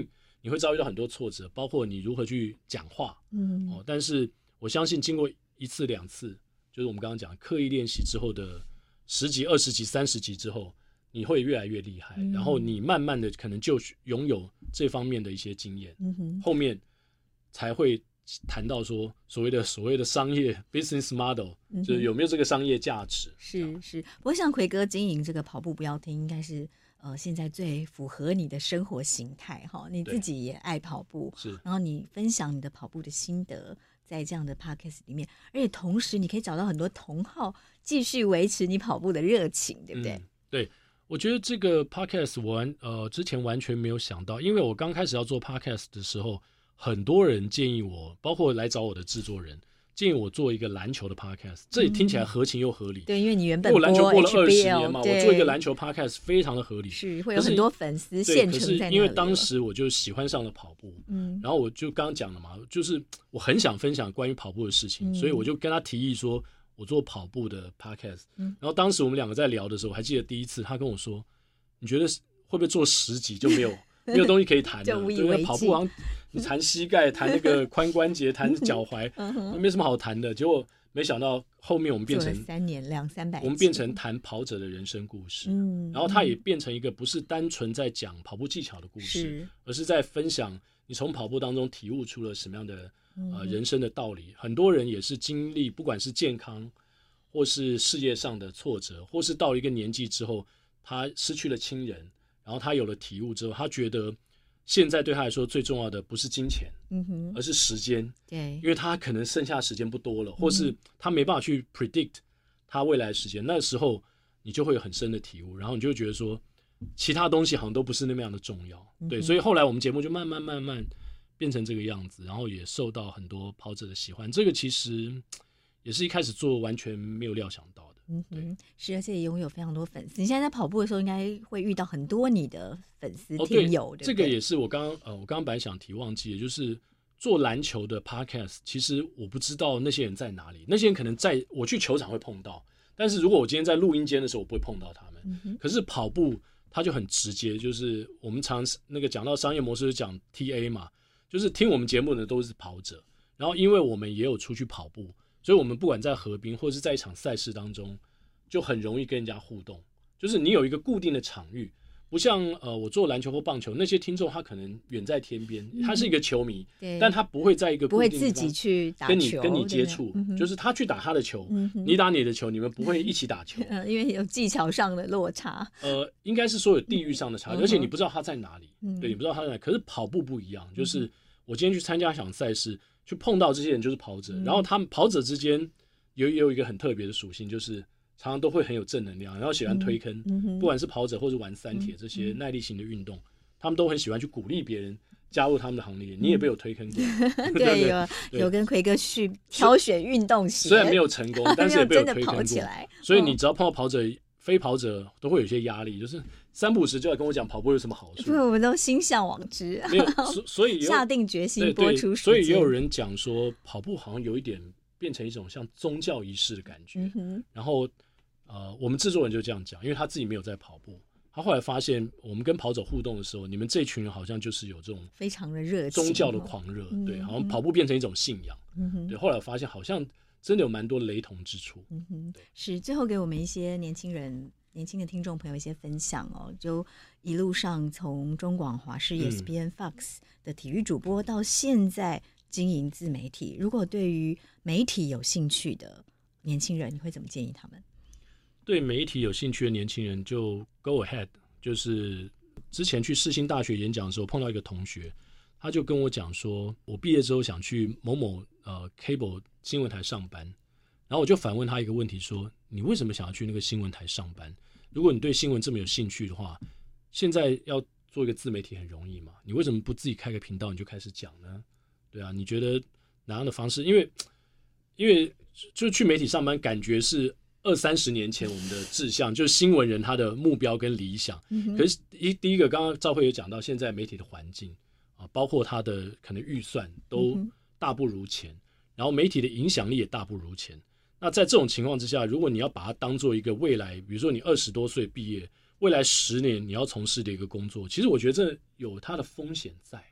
A: 你会遭遇到很多挫折，包括你如何去讲话，
B: 嗯
A: 哦，但是我相信经过一次两次，就是我们刚刚讲刻意练习之后的十集、二十集、三十集之后，你会越来越厉害，嗯、然后你慢慢的可能就拥有这方面的一些经验，
B: 嗯哼，
A: 后面才会谈到说所谓的所谓的商业 business model，、嗯、就是有没有这个商业价值。
B: 是是，不过像奎哥经营这个跑步不要停，应该是呃现在最符合你的生活形态哈。你自己也爱跑步，是，然后你分享你的跑步的心得，在这样的 podcast 里面，而且同时你可以找到很多同好，继续维持你跑步的热情，对不对？
A: 嗯、对。我觉得这个 podcast 我完呃之前完全没有想到，因为我刚开始要做 podcast 的时候，很多人建议我，包括来找我的制作人，建议我做一个篮球的 podcast， 这也听起来合情又合理。
B: 嗯、对，因为你原本播
A: 我篮球播了二十年嘛，
B: H B L，
A: 我做一个篮球 podcast 非常的合理，
B: 是会有很多粉丝现成在那里。
A: 因为当时我就喜欢上了跑步，嗯，然后我就刚刚讲了嘛，就是我很想分享关于跑步的事情，嗯、所以我就跟他提议说，我做跑步的 podcast，嗯，然后当时我们两个在聊的时候，我还记得第一次他跟我说，你觉得会不会做十集就没有没有东西可以谈了？对，跑步好像你谈膝盖、谈那个髋关节、谈脚踝，没什么好谈的。结果没想到后面我们变成
B: 三年两三百，
A: 我们变成谈跑者的人生故事，嗯，然后它也变成一个不是单纯在讲跑步技巧的故事，而是在分享你从跑步当中体悟出了什么样的呃人生的道理。很多人也是经历，不管是健康或是事业上的挫折，或是到了一个年纪之后，他失去了亲人，然后他有了体悟之后，他觉得现在对他来说最重要的不是金钱，嗯哼，而是时间。对，因为他可能剩下时间不多了，或是他没办法去 predict 他未来的时间。那时候你就会有很深的体悟，然后你就会觉得说，其他东西好像都不是那么样的重要。嗯、对，所以后来我们节目就慢慢慢慢变成这个样子，然后也受到很多跑者的喜欢。这个其实也是一开始做完全没有料想到的。
B: 嗯哼，是，而且也拥有非常多粉丝。你现在在跑步的时候，应该会遇到很多你的粉丝听友，
A: 哦、对，这个也是我刚刚呃，我刚刚本来想提忘记的，就是做篮球的 podcast， 其实我不知道那些人在哪里，那些人可能在我去球场会碰到，但是如果我今天在录音间的时候，我不会碰到他们。嗯、可是跑步它就很直接，就是我们常那个讲到商业模式，讲 T A 嘛，就是听我们节目的都是跑者，然后因为我们也有出去跑步。所以我们不管在河滨或是在一场赛事当中，就很容易跟人家互动。就是你有一个固定的场域，不像呃我做篮球或棒球，那些听众他可能远在天边，嗯、他是一个球迷，但他不会在一个固定的地方
B: 不会自己去打球
A: 跟你跟你接触，嗯、就是他去打他的球，嗯、你打你的球，你们不会一起打球，
B: 嗯、因为有技巧上的落差。
A: 呃，应该是说有地域上的差异，嗯、而且你不知道他在哪里，嗯、对，你不知道他在哪里。可是跑步不一样，就是我今天去参加一场赛事，去碰到这些人就是跑者，嗯、然后他们跑者之间。有也有一个很特别的属性，就是常常都会很有正能量，然后喜欢推坑，嗯、不管是跑者或是玩三铁、嗯、这些耐力型的运动，他们都很喜欢去鼓励别人加入他们的行列。嗯、你也被我推坑过，
B: 对, 对, 有对有跟奎哥去挑选运动鞋，
A: 虽然没有成功，但是也被我推坑过。
B: 起来
A: 所以你只要碰到跑者、哦、非跑者，都会有一些压力，就是三不五时就要跟我讲跑步有什么好处。
B: 因为我们都心向往之，
A: 没有，所以
B: 下定决心播出时间。
A: 所以也有人讲说，跑步好像有一点。变成一种像宗教仪式的感觉，嗯、然后，呃，我们制作人就这样讲，因为他自己没有在跑步，他后来发现我们跟跑者互动的时候，你们这群人好像就是有这种
B: 非常的热情、
A: 宗教的狂热，嗯、对，好像跑步变成一种信仰，嗯、对。后来我发现好像真的有蛮多雷同之处，
B: 嗯哼，是。最后给我们一些年轻人、年轻的听众朋友一些分享哦，就一路上从中广华视、E S P N Fox 的体育主播到现在。经营自媒体，如果对于媒体有兴趣的年轻人，你会怎么建议他们？
A: 对媒体有兴趣的年轻人就 go ahead。就是之前去世新大学演讲的时候，碰到一个同学，他就跟我讲说，我毕业之后想去某某呃 cable 新闻台上班，然后我就反问他一个问题说，你为什么想要去那个新闻台上班？如果你对新闻这么有兴趣的话，现在要做一个自媒体很容易嘛？你为什么不自己开个频道你就开始讲呢？对啊，你觉得哪样的方式？因为因为就去媒体上班，感觉是二三十年前我们的志向，就是新闻人他的目标跟理想。嗯、可是一第一个，刚刚兆慧有讲到，现在媒体的环境啊，包括他的可能预算都大不如前，嗯、然后媒体的影响力也大不如前。那在这种情况之下，如果你要把它当做一个未来，比如说你二十多岁毕业，未来十年你要从事的一个工作，其实我觉得这有它的风险在。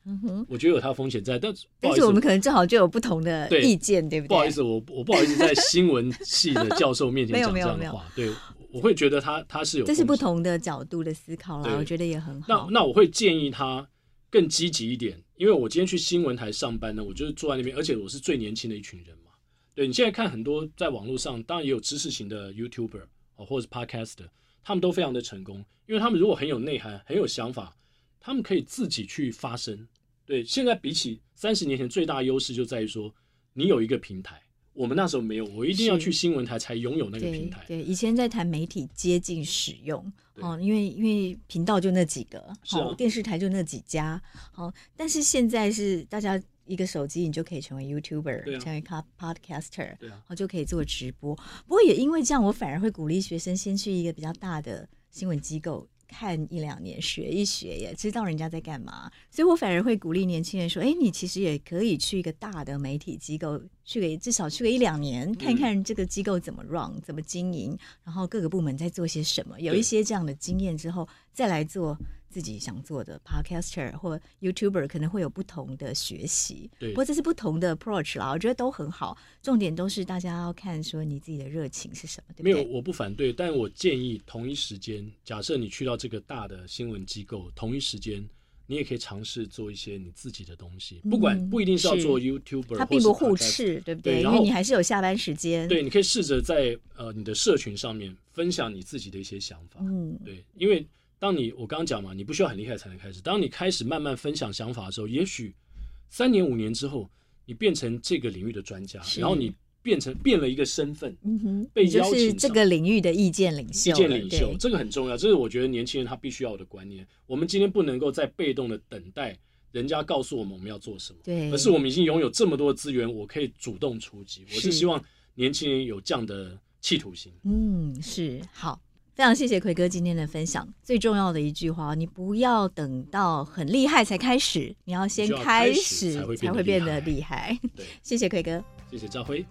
B: 嗯哼，
A: 我觉得有它的风险在，但
B: 但是我们可能正好就有不同的意见， 对, 对不对？
A: 不好意思，我我不好意思在新闻系的教授面前讲这样的话，对，我会觉得他他是有风险，
B: 这是不同的角度的思考啦，我觉得也很好。
A: 那那我会建议他更积极一点，因为我今天去新闻台上班呢，我就是坐在那边，而且我是最年轻的一群人嘛。对，你现在看很多在网络上，当然也有知识型的 YouTuber 或者是 Podcaster， 他们都非常的成功，因为他们如果很有内涵、很有想法，他们可以自己去发声。对，现在比起三十年前最大的优势就在于说，你有一个平台。我们那时候没有，我一定要去新闻台才拥有那个平台。
B: 对，对，以前在谈媒体接近使用，哦，因为因为频道就那几个，
A: 是啊，
B: 哦，电视台就那几家，哦，但是现在是大家一个手机，你就可以成为 YouTuber，啊，成为 Podcaster，对啊，就可以做直播。不过也因为这样，我反而会鼓励学生先去一个比较大的新闻机构。看一两年，学一学，也知道人家在干嘛，所以我反而会鼓励年轻人说：“哎，你其实也可以去一个大的媒体机构，去个至少去个一两年，看看这个机构怎么 run， 怎么经营，然后各个部门在做些什么，有一些这样的经验之后，再来做自己想做的 podcaster 或 YouTuber， 可能会有不同的学习。不过这是不同的 approach 啦，我觉得都很好。重点都是大家要看说你自己的热情是什么，对不对？
A: 没有，我不反对，但我建议同一时间，假设你去到这个大的新闻机构，同一时间你也可以尝试做一些你自己的东西，不管不一定是要做 YouTuber，
B: 它并不互斥，对不对？因为你还是有下班时间。
A: 对，你可以试着在呃你的社群上面分享你自己的一些想法。嗯，对，因为当你我刚刚讲嘛，你不需要很厉害才能开始。当你开始慢慢分享想法的时候，也许三年五年之后，你变成这个领域的专家，然后你变成变了一个身份，嗯哼，被邀请上，
B: 就是这个领域的意见领袖。
A: 意见领袖，这个很重要，这是我觉得年轻人他必须要有的观念。我们今天不能够再被动的等待人家告诉我们我们要做什么，
B: 对，
A: 而是我们已经拥有这么多的资源，我可以主动出击。我是希望年轻人有这样的企图心。
B: 嗯，是好。非常谢谢奎哥今天的分享。最重要的一句话，你不要等到很厉害才开始，你要先开始才会变得厉害。对，谢谢奎哥，
A: 谢谢兆辉，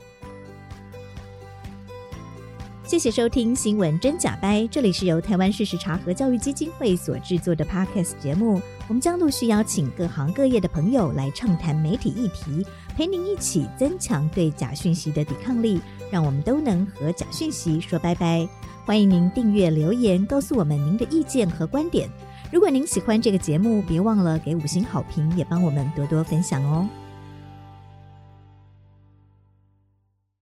D: 谢谢收听新闻真假掰，这里是由台湾事实查核教育基金会所制作的 Podcast 节目。我们将陆续邀请各行各业的朋友来畅谈媒体议题，陪您一起增强对假讯息的抵抗力，让我们都能和假讯息说拜拜。欢迎您订阅留言，告诉我们您的意见和观点。如果您喜欢这个节目，别忘了给五星好评，也帮我们多多分享哦。